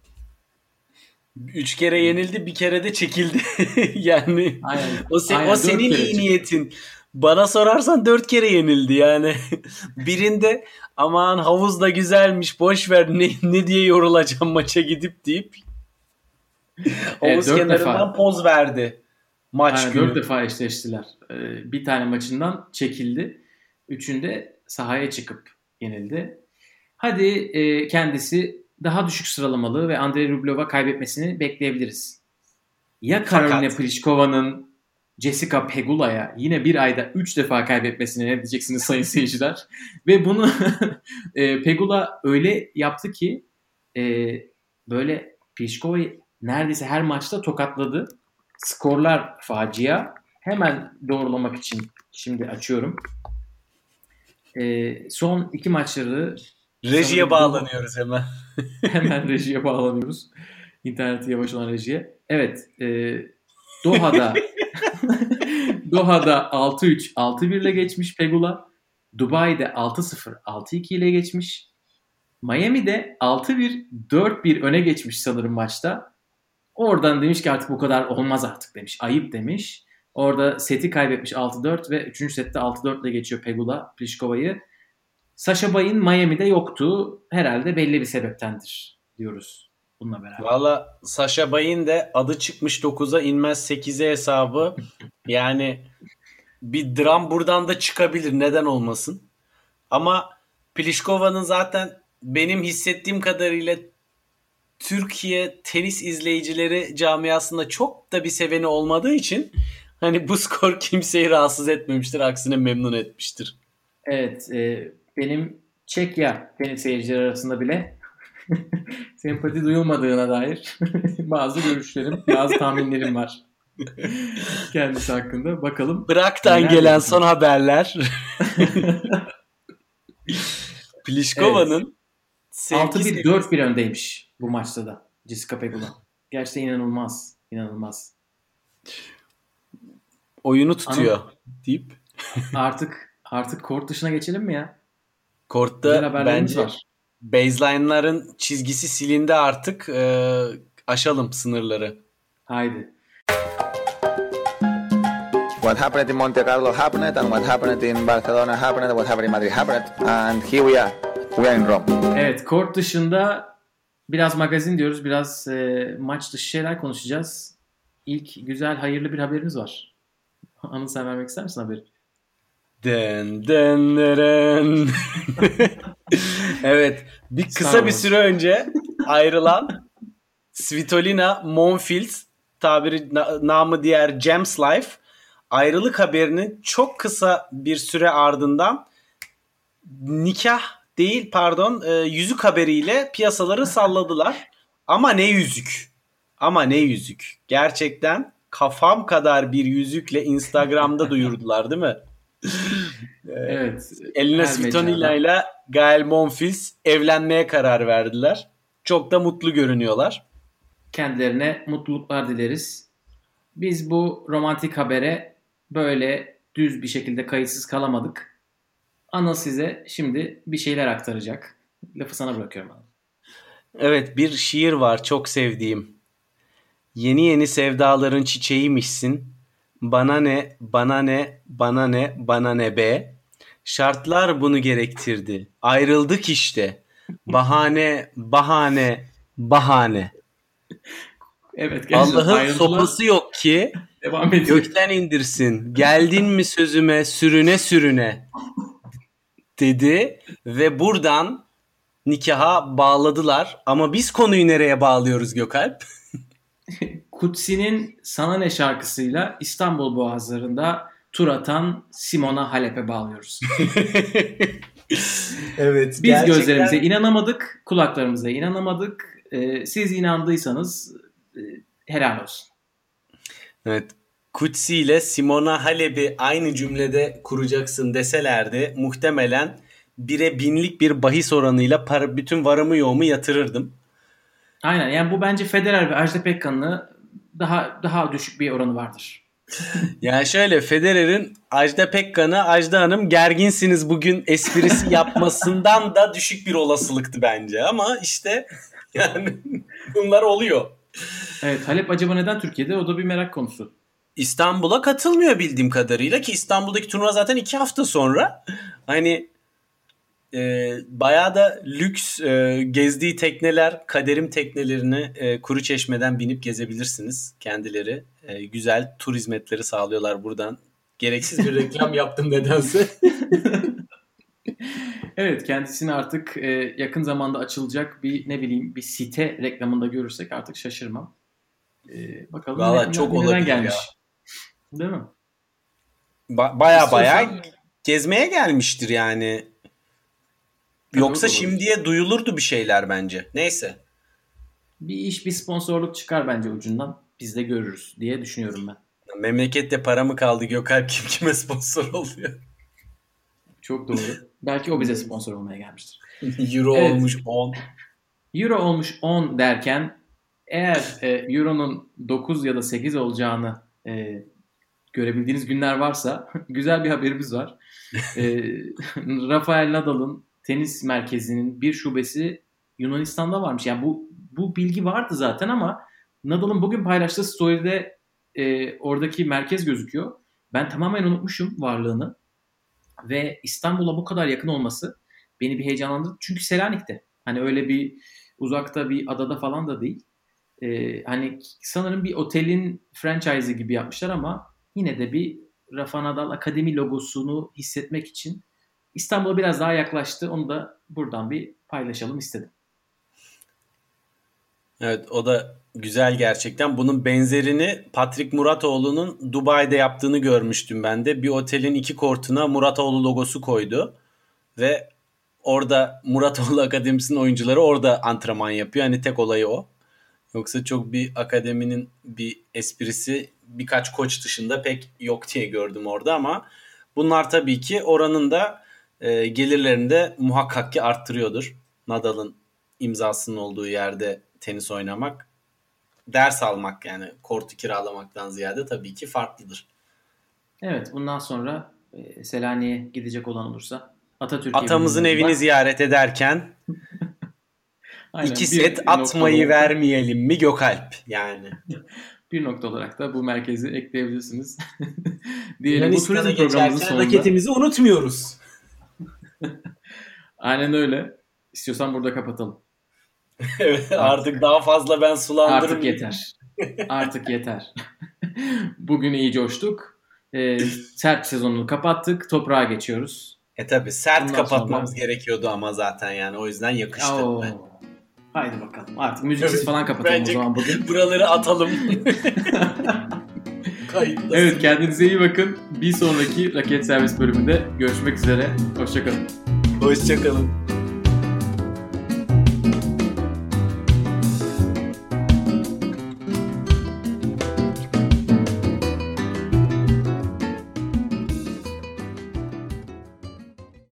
3 kere yenildi, bir kere de çekildi. Yani aynen, o senin iyi niyetin. Bana sorarsan 4 kere yenildi yani. Birinde aman havuz da güzelmiş, boş ver ne diye yorulacağım maça gidip deyip havuz kenarından poz verdi maç günü. 4 defa eşleştiler. Bir tane maçından çekildi. Üçünde sahaya çıkıp yenildi. Hadi kendisi daha düşük sıralamalı ve Andrei Rublev'a kaybetmesini bekleyebiliriz. Ya Karolina Pliškova'nın Jessica Pegula'ya yine bir ayda 3 defa kaybetmesine ne diyeceksiniz sayın seyirciler? Ve bunu Pegula öyle yaptı ki böyle Pliškova'yı neredeyse her maçta tokatladı. Skorlar facia. Hemen doğrulamak için şimdi açıyorum. Son 2 maçları rejiye bağlanıyoruz hemen. Hemen rejiye bağlanıyoruz. İnterneti yavaş olan rejiye. Evet. Doha'da 6-3, 6-1 ile geçmiş Pegula. Dubai'de 6-0, 6-2 ile geçmiş. Miami'de 6-1, 4-1 öne geçmiş sanırım maçta. Oradan demiş ki artık bu kadar olmaz artık demiş. Ayıp demiş. Orada seti kaybetmiş 6-4 ve 3. sette 6-4 ile geçiyor Pegula Pliškova'yı. Sasha Bay'in Miami'de yoktu. Herhalde belli bir sebeptendir diyoruz bununla beraber. Valla Sasha Bay'in de adı çıkmış 9'a inmez 8'e hesabı. Yani bir dram buradan da çıkabilir. Neden olmasın? Ama Pliškova'nın zaten benim hissettiğim kadarıyla Türkiye tenis izleyicileri camiasında çok da bir seveni olmadığı için hani bu skor kimseyi rahatsız etmemiştir. Aksine memnun etmiştir. Evet. Benim Çekya tenis seyircileri arasında bile sempati duyulmadığına dair bazı görüşlerim, bazı tahminlerim var. Kendisi hakkında. Bakalım. Irak'tan gelen son haberler. Pliškova'nın evet. 6-1, 4-1 öndeymiş bu maçta da Jessica Pegula. Gerçekten inanılmaz. İnanılmaz. Oyunu tutuyor deyip. Artık kort dışına geçelim mi ya? Kortta bence baseline'ların çizgisi silindi artık. Aşalım sınırları. Haydi. What happened in Monte Carlo happened, and what happened in Barcelona happened, what happened in Madrid happened, and here we are. We are in Rome. Evet, kort dışında biraz magazin diyoruz, biraz maç dışı şeyler konuşacağız. İlk güzel, hayırlı bir haberimiz var. Anıl, sen vermek ister misin haberi? Evet, kısa bir süre önce ayrılan Svitolina Monfils, tabiri namı diğer Gems Life, ayrılık haberinin çok kısa bir süre ardından yüzük haberiyle piyasaları salladılar. Ama ne yüzük. Gerçekten kafam kadar bir yüzükle Instagram'da duyurdular değil mi? Evet. Elina Svitolina ile Gael Monfils evlenmeye karar verdiler. Çok da mutlu görünüyorlar. Kendilerine mutluluklar dileriz. Biz bu romantik habere böyle düz bir şekilde kayıtsız kalamadık. Anıl size şimdi bir şeyler aktaracak. Lafı sana bırakıyorum Anıl. Evet, bir şiir var çok sevdiğim. Yeni yeni sevdaların çiçeğiymişsin. Bana ne, bana ne, bana ne, bana ne be. Şartlar bunu gerektirdi. Ayrıldık işte. Bahane, bahane, bahane. Evet, Allah'ın sopası yok ki gökten indirsin. Geldin mi sözüme sürüne sürüne dedi ve buradan nikaha bağladılar. Ama biz konuyu nereye bağlıyoruz Gökalp? Kutsi'nin Sana Ne şarkısıyla İstanbul Boğazları'nda tur atan Simona Halep'e bağlıyoruz. Evet. Biz gerçekten gözlerimize inanamadık, kulaklarımıza inanamadık. Siz inandıysanız helal olsun. Evet. Kutsi ile Simona Halep'i aynı cümlede kuracaksın deselerdi muhtemelen 1'e 1000'lik bir bahis oranıyla bütün varımı yoğumu yatırırdım. Aynen, yani bu bence Federer ve Ajda Pekkan'ı daha düşük bir oranı vardır. Yani şöyle, Federer'in Ajda Pekkan'a Ajda Hanım gerginsiniz bugün esprisi yapmasından da düşük bir olasılıktı bence ama işte yani bunlar oluyor. Evet, Halep acaba neden Türkiye'de? O da bir merak konusu. İstanbul'a katılmıyor bildiğim kadarıyla ki İstanbul'daki turnuva zaten 2 hafta sonra. Hani bayağı da lüks gezdiği tekneler, Kaderim teknelerini Kuruçeşme'den binip gezebilirsiniz. Kendileri güzel tur hizmetleri sağlıyorlar buradan. Gereksiz bir reklam yaptım nedense. Evet, kendisini artık yakın zamanda açılacak bir site reklamında görürsek artık şaşırmam. Bakalım Valla çok olabilir gelmiş. Ya. Değil mi? Baya gezmeye gelmiştir yani. Yoksa olur. şimdiye duyulurdu bir şeyler bence. Neyse. Bir sponsorluk çıkar bence ucundan. Biz de görürüz diye düşünüyorum ben. Memlekette para mı kaldı Gökalp, kim kime sponsor oluyor? Çok doğru. Belki o bize sponsor olmaya gelmiştir. Euro olmuş 10. Euro olmuş 10 derken eğer Euro'nun 9 ya da 8 olacağını görebildiğiniz günler varsa güzel bir haberimiz var. Rafael Nadal'ın tenis merkezinin bir şubesi Yunanistan'da varmış. Yani bu bilgi vardı zaten ama Nadal'ın bugün paylaştığı story'de oradaki merkez gözüküyor. Ben tamamen unutmuşum varlığını. Ve İstanbul'a bu kadar yakın olması beni bir heyecanlandırdı. Çünkü Selanik'te. Hani öyle bir uzakta bir adada falan da değil. Hani sanırım bir otelin franchise'i gibi yapmışlar ama yine de bir Rafa Nadal Akademi logosunu hissetmek için İstanbul'a biraz daha yaklaştı. Onu da buradan bir paylaşalım istedim. Evet, o da güzel gerçekten. Bunun benzerini Patrick Muratoğlu'nun Dubai'de yaptığını görmüştüm ben de. Bir otelin 2 kortuna Muratoğlu logosu koydu. Ve orada Muratoğlu Akademisi'nin oyuncuları orada antrenman yapıyor. Hani tek olayı o. Yoksa çok bir akademinin bir esprisi birkaç koç dışında pek yok diye gördüm orada ama bunlar tabii ki oranın da gelirlerini de muhakkak ki arttırıyordur. Nadal'ın imzasının olduğu yerde tenis oynamak, ders almak yani kortu kiralamaktan ziyade tabii ki farklıdır. Evet, bundan sonra Selanik'e gidecek olan olursa Atamızın evini ziyaret ederken aynen, 2 set atmayı vermeyelim mi Gökalp yani. Bir nokta olarak da bu merkezi ekleyebilirsiniz. Diyelim bu turizm programımızın sonunda. Raketimizi unutmuyoruz. Aynen öyle. İstiyorsan burada kapatalım. Evet, artık daha fazla ben sulandırmayayım. Artık yeter. Bugün iyi coştuk. Sert sezonunu kapattık. Toprağa geçiyoruz. Tabi sert bundan kapatmamız gerekiyordu ama zaten yani o yüzden yakıştı. Haydi bakalım. Artık müziksiz falan kapatalım o zaman bugün. Buraları atalım. Evet, kendinize iyi bakın. Bir sonraki Raket Servis bölümünde görüşmek üzere. Hoşçakalın. Hoşçakalın.